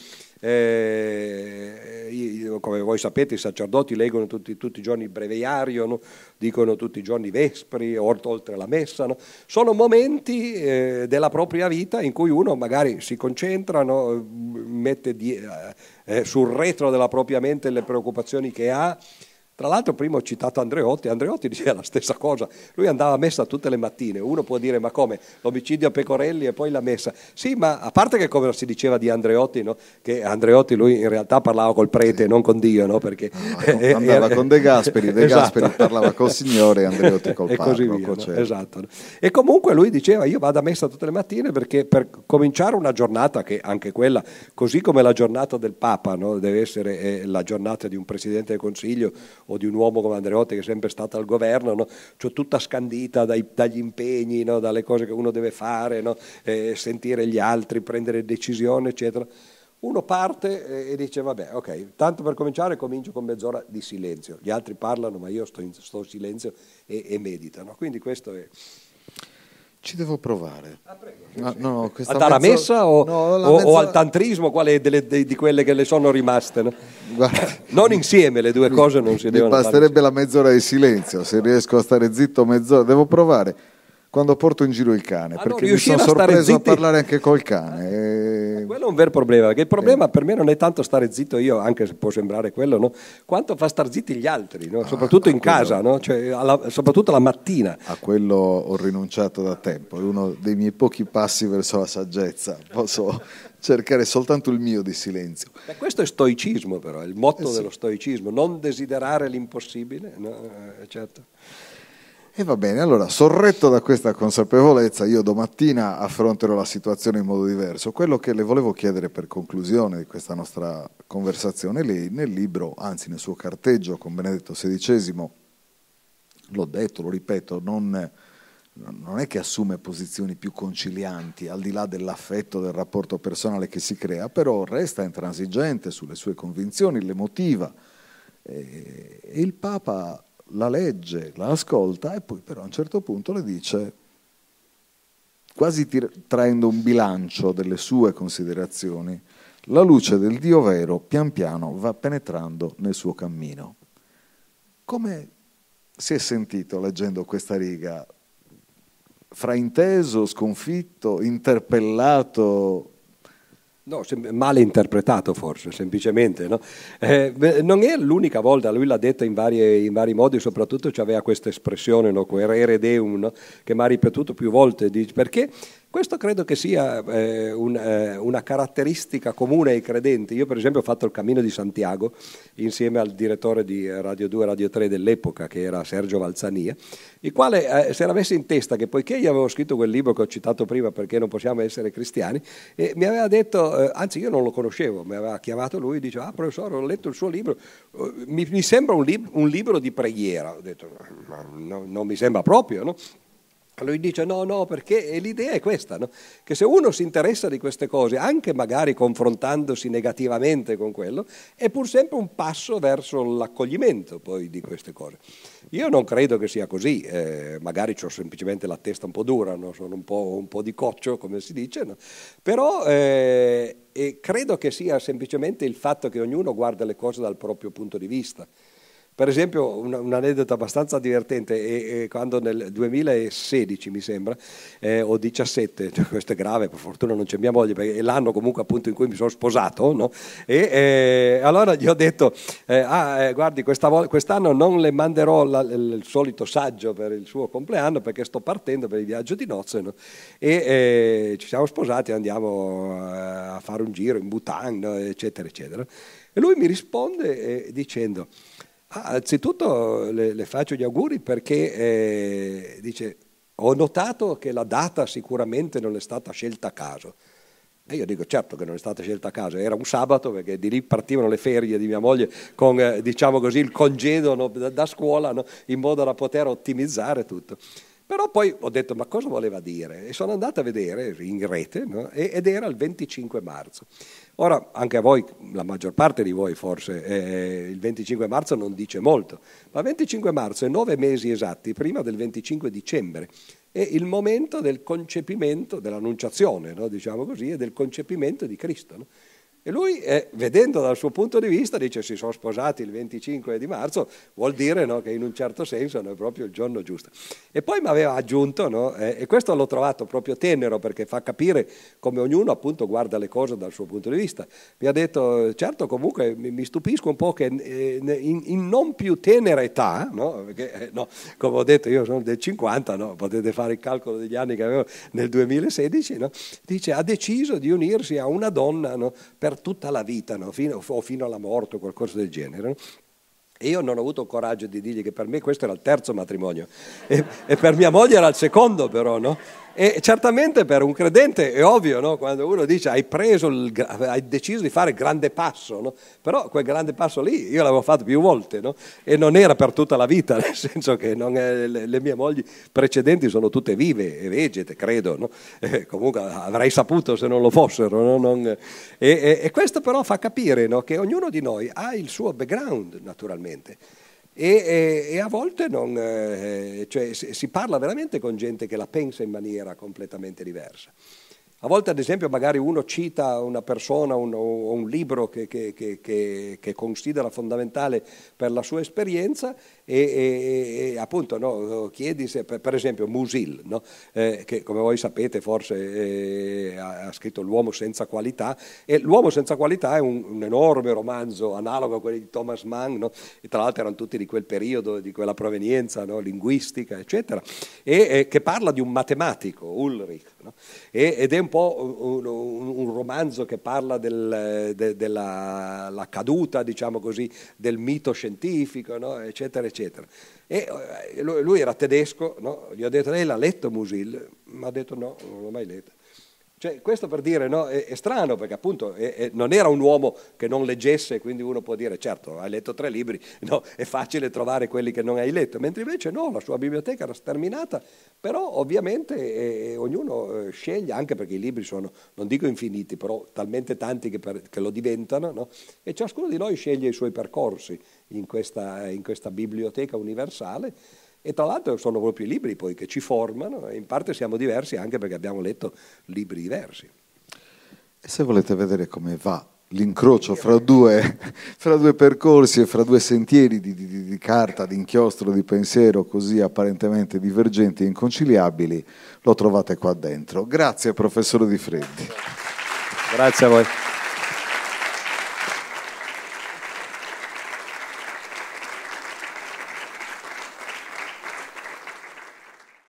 eh, come voi sapete i sacerdoti leggono tutti, tutti i giorni il breviario, no? Dicono tutti i giorni i vespri, oltre la messa, no? Sono momenti eh, della propria vita in cui uno magari si concentra, no? Mette di, eh, eh, sul retro della propria mente le preoccupazioni che ha. Tra l'altro prima ho citato Andreotti, Andreotti diceva la stessa cosa, lui andava a messa tutte le mattine. Uno può dire: ma come, l'omicidio a Pecorelli e poi la messa? Sì, ma a parte che, come si diceva di Andreotti, no? Che Andreotti lui in realtà parlava col prete, non con Dio, no? Perché no, andava eh, con De Gasperi, De esatto. Gasperi parlava col Signore e Andreotti col e così parroco, via, certo. no? Esatto. E comunque lui diceva: io vado a messa tutte le mattine perché per cominciare una giornata, che anche quella, così come la giornata del Papa, no? Deve essere eh, la giornata di un Presidente del Consiglio o di un uomo come Andreotti, che è sempre stato al governo, no? Cioè tutta scandita dai, dagli impegni, no? Dalle cose che uno deve fare, no? eh, sentire gli altri, prendere decisioni, eccetera. Uno parte e dice: vabbè, ok, tanto per cominciare comincio con mezz'ora di silenzio, gli altri parlano ma io sto in, sto in silenzio e, e meditano. Quindi questo è... Ci devo provare. Ah, prego, ah, no, andare a messa o, no, o, mezza... o al tantrismo, quale delle, de, di quelle che le sono rimaste, no? Guarda, non insieme, le due mi, cose non si mi devono fare. Mi basterebbe insieme. la mezz'ora di silenzio, se riesco a stare zitto mezz'ora. Devo provare quando porto in giro il cane, ah, perché no, mi sono sorpreso a, a parlare anche col cane. E... quello è un vero problema, perché il problema eh. per me non è tanto stare zitto io, anche se può sembrare quello, no? Quanto fa star zitti gli altri, no? Soprattutto ah, in quello... casa, no? Cioè, alla, soprattutto la mattina. A quello ho rinunciato da tempo, è uno dei miei pochi passi verso la saggezza. Posso cercare soltanto il mio di silenzio. Beh, questo è stoicismo, però, è il motto eh sì. dello stoicismo: non desiderare l'impossibile, no? eh, certo. E va bene, allora, sorretto da questa consapevolezza, io domattina affronterò la situazione in modo diverso. Quello che le volevo chiedere per conclusione di questa nostra conversazione, lei nel libro, anzi nel suo carteggio con Benedetto sedicesimo, l'ho detto, lo ripeto, non, non è che assume posizioni più concilianti, al di là dell'affetto, del rapporto personale che si crea, però resta intransigente sulle sue convinzioni, le motiva. E, e il Papa la legge, la ascolta e poi però a un certo punto le dice, quasi tir- traendo un bilancio delle sue considerazioni: la luce del Dio vero pian piano va penetrando nel suo cammino. Come si è sentito leggendo questa riga? Frainteso, sconfitto, interpellato? No, male interpretato forse, semplicemente, no? Eh, non è l'unica volta, lui l'ha detto in, varie, in vari modi, soprattutto c'aveva questa espressione, no? Querere deum, no? Che mi ha ripetuto più volte, perché questo credo che sia eh, un, eh, una caratteristica comune ai credenti. Io per esempio ho fatto il Cammino di Santiago insieme al direttore di Radio due, Radio tre dell'epoca, che era Sergio Valzania, il quale eh, si era messo in testa che, poiché io avevo scritto quel libro che ho citato prima, Perché non possiamo essere cristiani, e mi aveva detto, eh, anzi io non lo conoscevo, mi aveva chiamato lui e diceva: ah professore, ho letto il suo libro, mi, mi sembra un, lib- un libro di preghiera. Ho detto: no, no, non mi sembra proprio, no? Lui dice no, no, perché l'idea è questa, no? Che se uno si interessa di queste cose, anche magari confrontandosi negativamente con quello, è pur sempre un passo verso l'accoglimento poi di queste cose. Io non credo che sia così, eh, magari ho semplicemente la testa un po' dura, no? Sono un po', un po' di coccio, come si dice, no? Però eh, e credo che sia semplicemente il fatto che ognuno guarda le cose dal proprio punto di vista. Per esempio, un, un aneddoto abbastanza divertente, è, è quando nel duemilasedici, mi sembra, eh, o diciassette, questo è grave, per fortuna non c'è mia moglie, perché è l'anno comunque appunto in cui mi sono sposato, no? E eh, allora gli ho detto, eh, ah, eh, guardi, questa vo- quest'anno non le manderò la, il, il solito saggio per il suo compleanno, perché sto partendo per il viaggio di nozze, no? E eh, ci siamo sposati e andiamo a, a fare un giro in Bhutan, no? Eccetera, eccetera. E lui mi risponde eh, dicendo... Ah, anzitutto le, le faccio gli auguri perché eh, dice ho notato che la data sicuramente non è stata scelta a caso. E io dico certo che non è stata scelta a caso, era un sabato perché di lì partivano le ferie di mia moglie con eh, diciamo così il congedo, no, da, da scuola, no, in modo da poter ottimizzare tutto. Però poi ho detto ma cosa voleva dire? E sono andato a vedere in rete, no, ed era il venticinque marzo. Ora, anche a voi, la maggior parte di voi forse, eh, il venticinque marzo non dice molto, ma venticinque marzo è nove mesi esatti prima del venticinque dicembre, è il momento del concepimento, dell'annunciazione, no, diciamo così, e del concepimento di Cristo, no? E lui, eh, vedendo dal suo punto di vista, dice si sono sposati il venticinque di marzo, vuol dire, no, che in un certo senso no, è proprio il giorno giusto. E poi mi aveva aggiunto, no, eh, e questo l'ho trovato proprio tenero perché fa capire come ognuno appunto guarda le cose dal suo punto di vista. Mi ha detto, certo comunque mi, mi stupisco un po' che eh, in, in non più tenera età, no, perché, eh, no, come ho detto io sono del cinquanta, no, potete fare il calcolo degli anni che avevo nel duemilasedici, no, dice ha deciso di unirsi a una donna, no, per tutta la vita, no? Fino, o fino alla morte o qualcosa del genere, no? E io non ho avuto il coraggio di dirgli che per me questo era il terzo matrimonio e, e per mia moglie era il secondo però, no? E certamente per un credente è ovvio, no? Quando uno dice hai preso il, hai deciso di fare il grande passo, no? Però quel grande passo lì io l'avevo fatto più volte, no? E non era per tutta la vita, nel senso che non è, le, le mie mogli precedenti sono tutte vive e vegete, credo, no? Eh, comunque avrei saputo se non lo fossero, no? Non, e, e, e questo però fa capire, no? Che ognuno di noi ha il suo background naturalmente. E, e, e a volte non, eh, cioè, si parla veramente con gente che la pensa in maniera completamente diversa. A volte, ad esempio, magari uno cita una persona un, o un libro che, che, che, che, che considera fondamentale per la sua esperienza e, e, e appunto no, chiedi se, per, per esempio, Musil, no? eh, che come voi sapete forse eh, ha, ha scritto L'uomo senza qualità, e L'uomo senza qualità è un, un enorme romanzo analogo a quelli di Thomas Mann, no? E tra l'altro erano tutti di quel periodo, di quella provenienza, no? Linguistica, eccetera, e eh, che parla di un matematico, Ulrich, no? e, ed è un po' un, un, un romanzo che parla del, de, della la caduta, diciamo così, del mito scientifico, no? Eccetera, eccetera. E lui, lui era tedesco, no? Gli ho detto, lei l'ha letto Musil? Mi ha detto no, non l'ho mai letto. Cioè, questo per dire, no, è, è strano perché appunto è, è, non era un uomo che non leggesse, quindi uno può dire certo hai letto tre libri, no, è facile trovare quelli che non hai letto, mentre invece no, la sua biblioteca era sterminata, però ovviamente eh, ognuno eh, sceglie, anche perché i libri sono, non dico infiniti, però talmente tanti che, per, che lo diventano, no? E ciascuno di noi sceglie i suoi percorsi in questa, in questa biblioteca universale. E tra l'altro sono proprio i libri poi che ci formano e in parte siamo diversi anche perché abbiamo letto libri diversi. E se volete vedere come va l'incrocio fra due, fra due percorsi e fra due sentieri di, di, di carta, di inchiostro, di pensiero così apparentemente divergenti e inconciliabili, lo trovate qua dentro. Grazie professore Di Freddi. Grazie a voi.